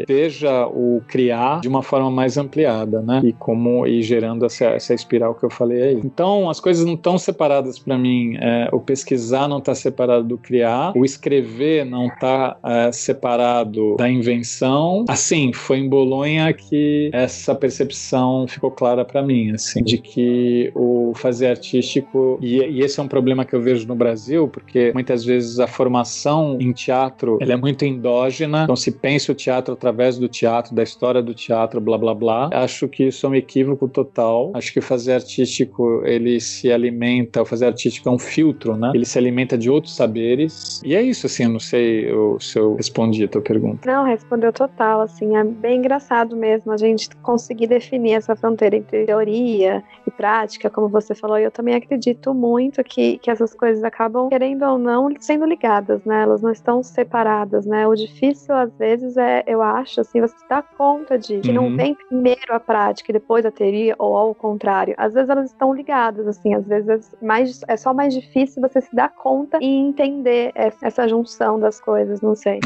veja o criar de uma forma mais ampliada, né? E gerando essa espiral que eu falei aí. Então, as coisas não estão separadas para mim. O pesquisar não está separado do criar, o escrever não está separado da invenção. Assim, foi em Bolonha que essa percepção ficou clara para mim, assim, de que o fazer artístico, e esse é um problema que eu vejo no Brasil, porque muitas vezes a formação em teatro, ela é muito endógena, então se pensa o teatro através do teatro, da história do teatro, blá blá blá. Acho que isso é um equívoco total. Acho que o fazer artístico, ele se alimenta, o fazer artístico é um filtro, né? Ele se alimenta de outros saberes. E é isso, assim, eu não sei se eu respondi a tua pergunta. Não, respondeu total, assim, é bem engraçado mesmo a gente conseguir definir essa fronteira entre teoria e prática, como você falou, e eu também acredito muito que essas coisas acabam, querendo ou não, sendo ligadas, né? Elas não estão separadas, né? O difícil, às vezes, eu acho, assim, você se dá conta de que não vem primeiro a prática e depois a teoria, ou ao contrário. Às vezes elas estão ligadas, assim, às vezes é só mais difícil você se dar conta e entender essa junção das coisas, não sei.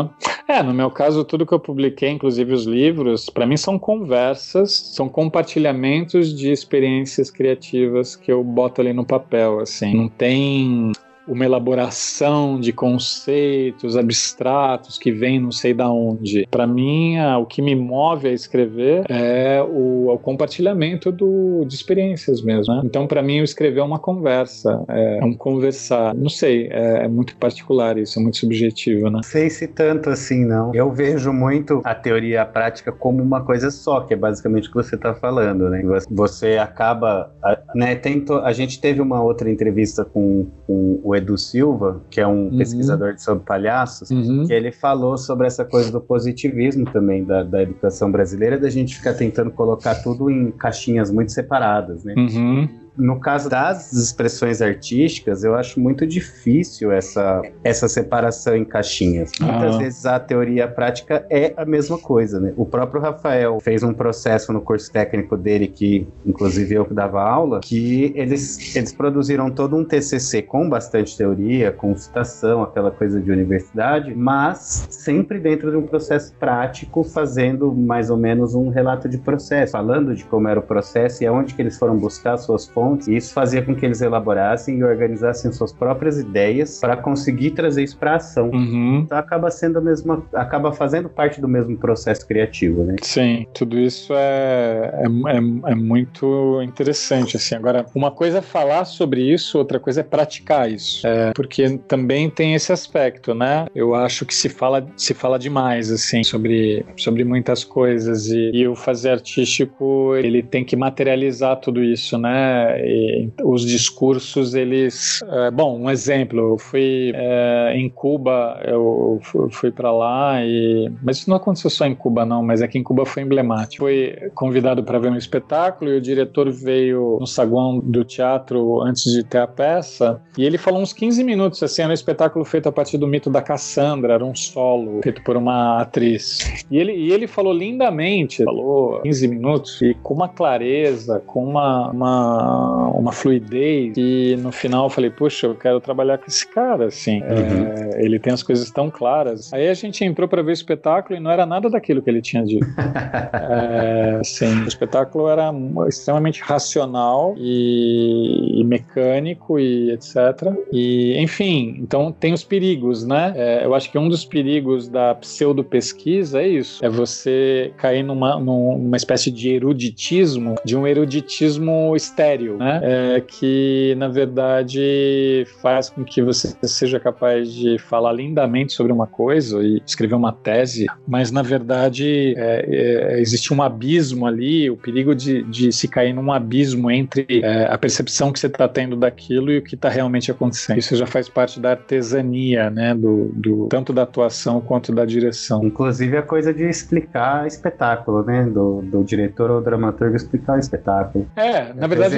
No meu caso, tudo que eu publiquei, inclusive os livros, para mim são conversas, são compartilhamentos de experiências criativas que eu boto ali no papel, assim. Não tem uma elaboração de conceitos abstratos que vem não sei da onde. Para mim, o que me move a escrever é o compartilhamento de experiências mesmo, né? Então, para mim, o escrever é uma conversa, é um conversar. Não sei, é muito particular isso, é muito subjetivo, né? Não sei se tanto assim, não. Eu vejo muito a teoria e a prática como uma coisa só, que é basicamente o que você está falando, né? Você acaba, né? A gente teve uma outra entrevista com o Edu Silva, que é um pesquisador sobre palhaços, que ele falou sobre essa coisa do positivismo também da educação brasileira, da gente ficar tentando colocar tudo em caixinhas muito separadas, né? No caso das expressões artísticas, eu acho muito difícil essa separação em caixinhas. Muitas vezes a teoria e a prática é a mesma coisa, né? O próprio Rafael fez um processo no curso técnico dele, que inclusive eu que dava aula, que eles produziram todo um TCC com bastante teoria, com citação, aquela coisa de universidade, mas sempre dentro de um processo prático, fazendo mais ou menos um relato de processo, falando de como era o processo e aonde que eles foram buscar suas fontes. E isso fazia com que eles elaborassem e organizassem suas próprias ideias para conseguir trazer isso para ação. Então acaba fazendo parte do mesmo processo criativo, né? Sim, tudo isso é muito interessante, assim. Agora, uma coisa é falar sobre isso, outra coisa é praticar isso. Porque também tem esse aspecto, né? Eu acho que se fala demais, assim, sobre muitas coisas, e o fazer artístico, ele tem que materializar tudo isso, né? E os discursos, eles... um exemplo, eu fui em Cuba, eu fui para lá, mas isso não aconteceu só em Cuba, não, mas aqui em Cuba foi emblemático. Fui convidado para ver um espetáculo e o diretor veio no saguão do teatro antes de ter a peça, e ele falou uns 15 minutos, assim, era um espetáculo feito a partir do mito da Cassandra, era um solo feito por uma atriz. E ele falou lindamente, falou 15 minutos, e com uma clareza, com uma fluidez, e no final eu falei, puxa, eu quero trabalhar com esse cara, assim. Ele tem as coisas tão claras. Aí a gente entrou para ver o espetáculo e não era nada daquilo que ele tinha dito. Assim, o espetáculo era extremamente racional e mecânico e etc. E, enfim, então tem os perigos, né? Eu acho que um dos perigos da pseudo-pesquisa é isso, é você cair numa espécie de eruditismo, de um eruditismo estéril, né? Que, na verdade, faz com que você seja capaz de falar lindamente sobre uma coisa e escrever uma tese, mas, na verdade, existe um abismo ali, o perigo de se cair num abismo entre a percepção que você está tendo daquilo e o que está realmente acontecendo. Isso já faz parte da artesania, né? Tanto da atuação quanto da direção. Inclusive a coisa de explicar espetáculo, né? Do diretor ou dramaturgo explicar o espetáculo. Na verdade,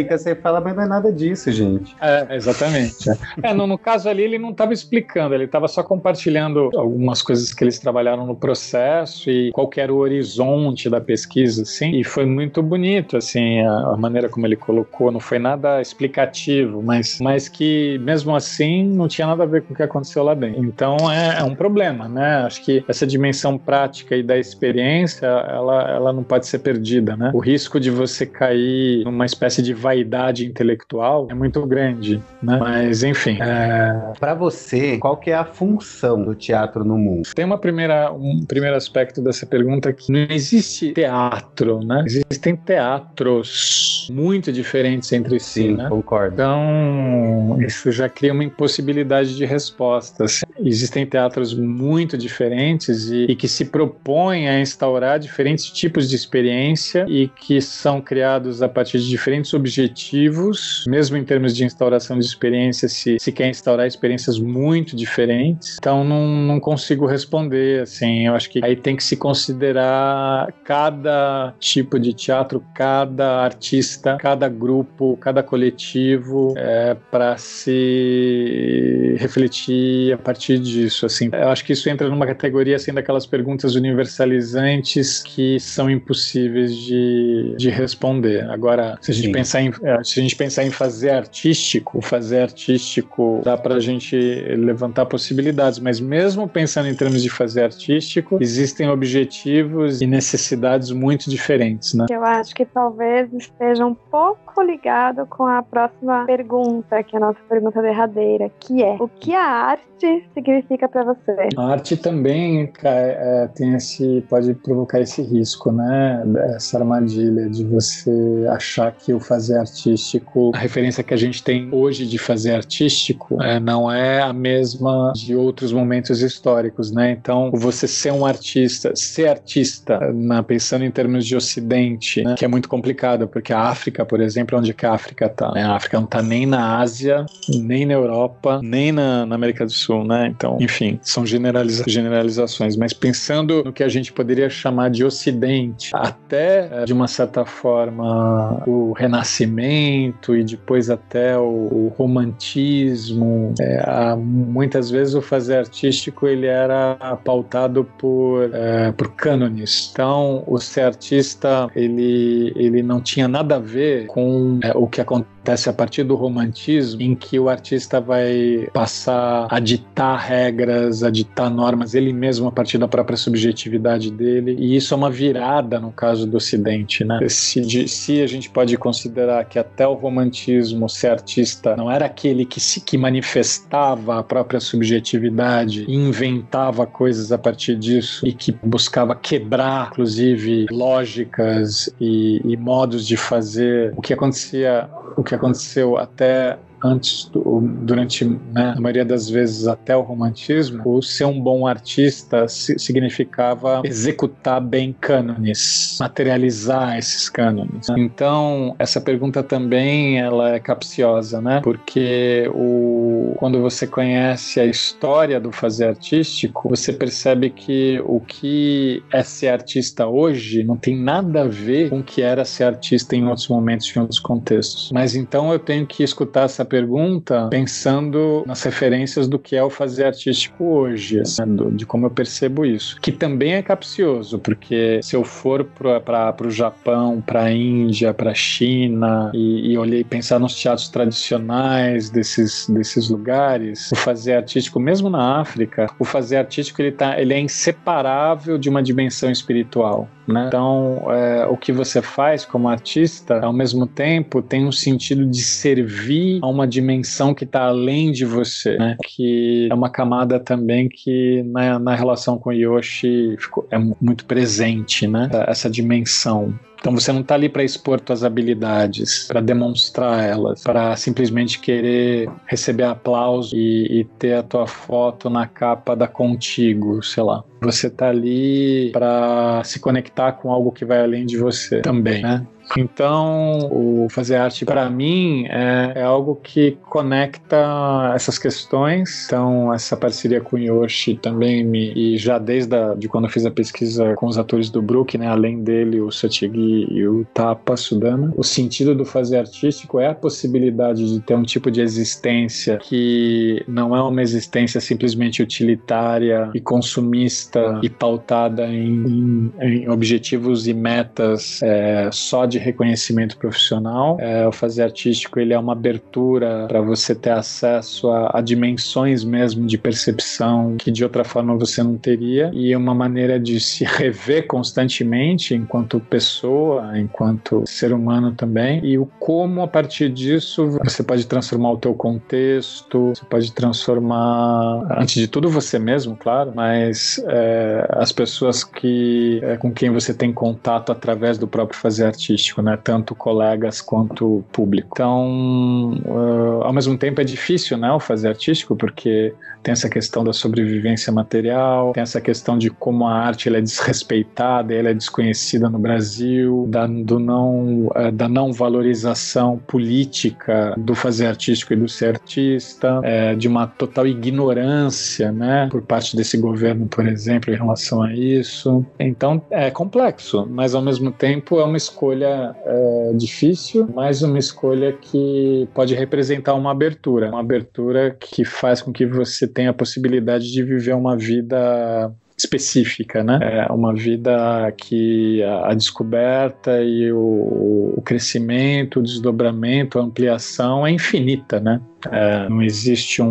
explica, você fala, mas não é nada disso, gente. Exatamente. No caso ali, ele não estava explicando, ele estava só compartilhando algumas coisas que eles trabalharam no processo e qual que era o horizonte da pesquisa, assim, e foi muito bonito, assim, a maneira como ele colocou, não foi nada explicativo, mas que, mesmo assim, não tinha nada a ver com o que aconteceu lá dentro. Então, é um problema, né? Acho que essa dimensão prática e da experiência, ela não pode ser perdida, né? O risco de você cair numa espécie de vaidade intelectual é muito grande, né? Mas, enfim. Para você, qual que é a função do teatro no mundo? Tem um primeiro aspecto dessa pergunta que não existe teatro, né? Existem teatros muito diferentes entre si, Sim, né? concordo. Então, isso já cria uma impossibilidade de respostas. Existem teatros muito diferentes e que se propõem a instaurar diferentes tipos de experiência e que são criados a partir de diferentes objetivos, mesmo em termos de instauração de experiência, se quer instaurar experiências muito diferentes. Então, não consigo responder, assim, eu acho que aí tem que se considerar cada tipo de teatro, cada artista, cada grupo, cada coletivo, para se refletir a partir disso, assim. Eu acho que isso entra numa categoria, assim, daquelas perguntas universalizantes que são impossíveis de responder. Agora, se a gente pensar em fazer artístico dá pra gente levantar possibilidades, mas mesmo pensando em termos de fazer artístico, existem objetivos e necessidades muito diferentes, né? Eu acho que talvez esteja um pouco ligado com a próxima pergunta, que é a nossa pergunta derradeira, que é: o que a arte significa para você? A arte também pode provocar esse risco, né? Essa armadilha de você achar que o fazer artístico, a referência que a gente tem hoje de fazer artístico, não é a mesma de outros momentos históricos, né? Então, você ser artista, pensando em termos de Ocidente, né? Que é muito complicado, porque a África, por exemplo, onde que a África está? A África não está nem na Ásia, nem na Europa, nem na América do Sul, né? Então, enfim, são generalizações, mas pensando no que a gente poderia chamar de Ocidente, até, de uma certa forma, o Renascimento e depois até o Romantismo, muitas vezes o fazer artístico ele era pautado por cânones. Então, o ser artista ele não tinha nada a ver com o que acontece a partir do romantismo, em que o artista vai passar a ditar regras, a ditar normas, ele mesmo a partir da própria subjetividade dele, e isso é uma virada no caso do Ocidente, né? Se a gente pode considerar que até o romantismo ser artista não era aquele que manifestava a própria subjetividade, inventava coisas a partir disso e que buscava quebrar, inclusive, lógicas e modos de fazer o que aconteceu até antes, durante, né, a maioria das vezes até o romantismo, o ser um bom artista significava executar bem cânones, materializar esses cânones. Então, essa pergunta também ela é capciosa, né? Porque quando você conhece a história do fazer artístico, você percebe que o que é ser artista hoje não tem nada a ver com o que era ser artista em outros momentos, em outros contextos. Mas então eu tenho que escutar essa pergunta pensando nas referências do que é o fazer artístico hoje, assim, de como eu percebo isso, que também é capcioso, porque se eu for para o Japão, para a Índia, para a China e olhei pensar nos teatros tradicionais desses lugares, o fazer artístico, mesmo na África, o fazer artístico ele é inseparável de uma dimensão espiritual, né? Então, o que você faz como artista, ao mesmo tempo, tem um sentido de servir a uma dimensão que está além de você, né? Que é uma camada também que na relação com o Yoshi é muito presente, né? Essa dimensão. Então você não está ali para expor suas habilidades, para demonstrar elas, para simplesmente querer receber aplauso e ter a tua foto na capa da Contigo, sei lá. Você está ali para se conectar com algo que vai além de você também, né? Então, o fazer arte, para mim, é algo que conecta essas questões. Então, essa parceria com o Yoshi também e já desde de quando eu fiz a pesquisa com os atores do Brook, né, além dele, o Satyagi e o Tapa Sudana, o sentido do fazer artístico é a possibilidade de ter um tipo de existência que não é uma existência simplesmente utilitária e consumista e pautada em objetivos e metas só de reconhecimento profissional. O fazer artístico, ele é uma abertura para você ter acesso a dimensões mesmo de percepção que de outra forma você não teria, e uma maneira de se rever constantemente enquanto pessoa, enquanto ser humano também, e o como a partir disso você pode transformar o teu contexto, você pode transformar, antes de tudo, você mesmo, claro, mas as pessoas com quem você tem contato através do próprio fazer artístico, né? Tanto colegas quanto público. Então, ao mesmo tempo é difícil, né, o fazer artístico, porque tem essa questão da sobrevivência material, tem essa questão de como a arte ela é desrespeitada, ela é desconhecida no Brasil, da não valorização política do fazer artístico e do ser artista, de uma total ignorância, né, por parte desse governo, por exemplo, em relação a isso. Então é complexo, mas ao mesmo tempo é uma escolha difícil, mas uma escolha que pode representar uma abertura que faz com que você tenha a possibilidade de viver uma vida específica, né? Uma vida que a descoberta e o crescimento, o desdobramento, a ampliação é infinita, né? Não existe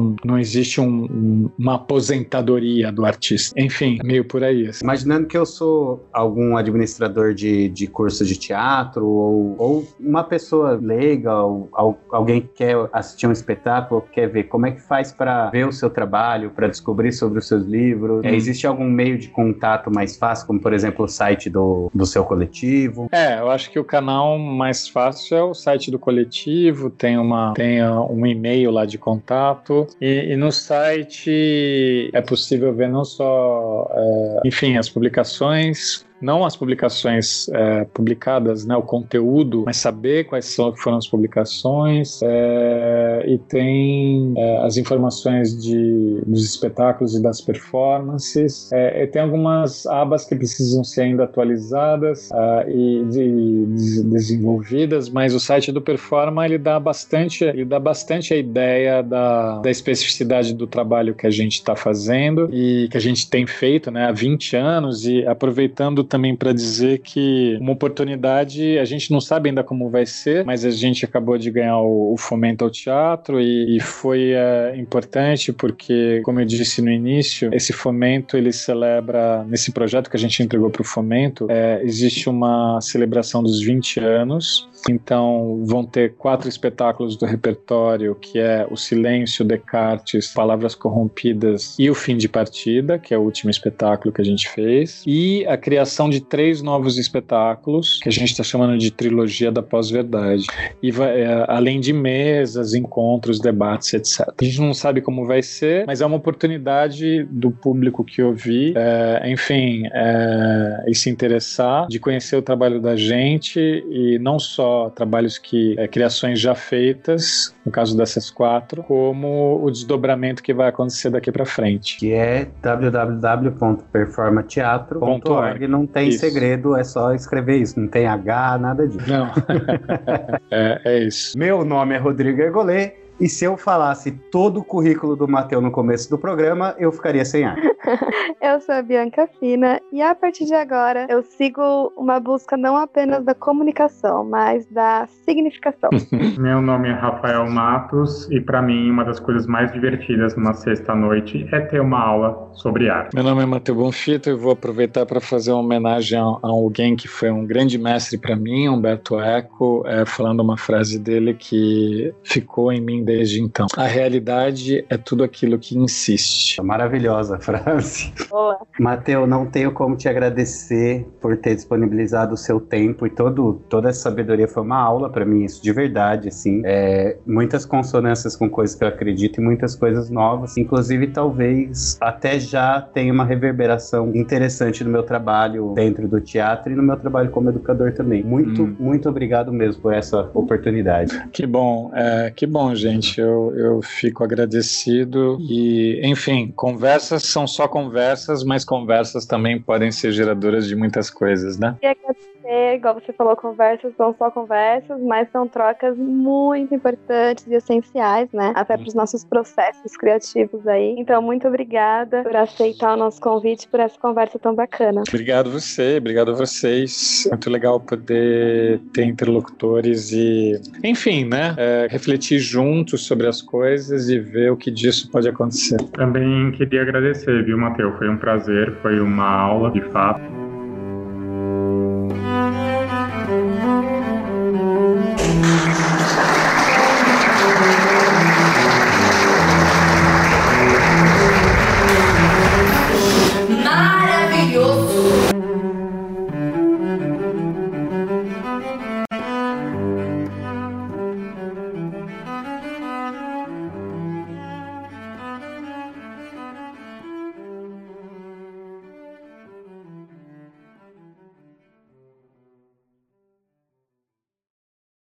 uma aposentadoria do artista. Enfim, meio por aí. Assim. Imaginando que eu sou algum administrador de curso de teatro ou uma pessoa leiga, ou alguém que quer assistir um espetáculo, quer ver como é que faz para ver o seu trabalho, para descobrir sobre os seus livros. Existe algum meio de contato mais fácil, como por exemplo o site do seu coletivo? Eu acho que o canal mais fácil é o site do coletivo, tem um e-mail lá de contato, e no site é possível ver não só as publicações, não as publicações publicadas, né, o conteúdo, mas saber quais foram as publicações, e tem as informações dos espetáculos e das performances, tem algumas abas que precisam ser ainda atualizadas e desenvolvidas, mas o site do Performa ele dá bastante a ideia da especificidade do trabalho que a gente está fazendo e que a gente tem feito, né, há 20 anos, e aproveitando também para dizer que uma oportunidade, a gente não sabe ainda como vai ser, mas a gente acabou de ganhar o Fomento ao Teatro e foi importante porque, como eu disse no início, esse Fomento ele celebra, nesse projeto que a gente entregou para o Fomento, existe uma celebração dos 20 anos. Então vão ter 4 espetáculos do repertório, que é O Silêncio, Descartes, Palavras Corrompidas e O Fim de Partida, que é o último espetáculo que a gente fez, e a criação de 3 novos espetáculos que a gente está chamando de Trilogia da Pós-Verdade, e além de mesas, encontros, debates, etc. A gente não sabe como vai ser, mas é uma oportunidade do público que ouvir, e se interessar, de conhecer o trabalho da gente, e não só trabalhos criações já feitas, no caso dessas 4, como o desdobramento que vai acontecer daqui para frente. Que é www.performateatro.org. Não tem segredo, é só escrever isso, não tem H, nada disso. Não. É isso. Meu nome é Rodrigo Ergolê, e se eu falasse todo o currículo do Matheus no começo do programa, eu ficaria sem ar. Eu sou a Bianca Fina, e a partir de agora eu sigo uma busca não apenas da comunicação, mas da significação. Meu nome é Rafael Matos, e para mim uma das coisas mais divertidas numa sexta-noite é ter uma aula sobre arte. Meu nome é Matheus Bonfito, e vou aproveitar para fazer uma homenagem a alguém que foi um grande mestre para mim, Humberto Eco, falando uma frase dele que ficou em mim desde então. A realidade é tudo aquilo que insiste. Maravilhosa frase. Boa. Matheus, não tenho como te agradecer por ter disponibilizado o seu tempo e toda essa sabedoria. Foi uma aula para mim, isso de verdade, assim. Muitas consonâncias com coisas que eu acredito e muitas coisas novas. Inclusive, talvez até já tenha uma reverberação interessante no meu trabalho dentro do teatro e no meu trabalho como educador também. Muito obrigado mesmo por essa oportunidade. Que bom, gente. Eu fico agradecido e, enfim, conversas são só conversas, mas conversas também podem ser geradoras de muitas coisas, né? Queria agradecer ser, igual você falou, conversas são só conversas, mas são trocas muito importantes e essenciais, né? Até para os nossos processos criativos aí. Então, muito obrigada por aceitar o nosso convite, por essa conversa tão bacana. Obrigado você, obrigado a vocês. Muito legal poder ter interlocutores e, enfim, né? Refletir juntos sobre as coisas e ver o que disso pode acontecer. Também queria agradecer, viu, Matheus? Foi um prazer, foi uma aula, de fato.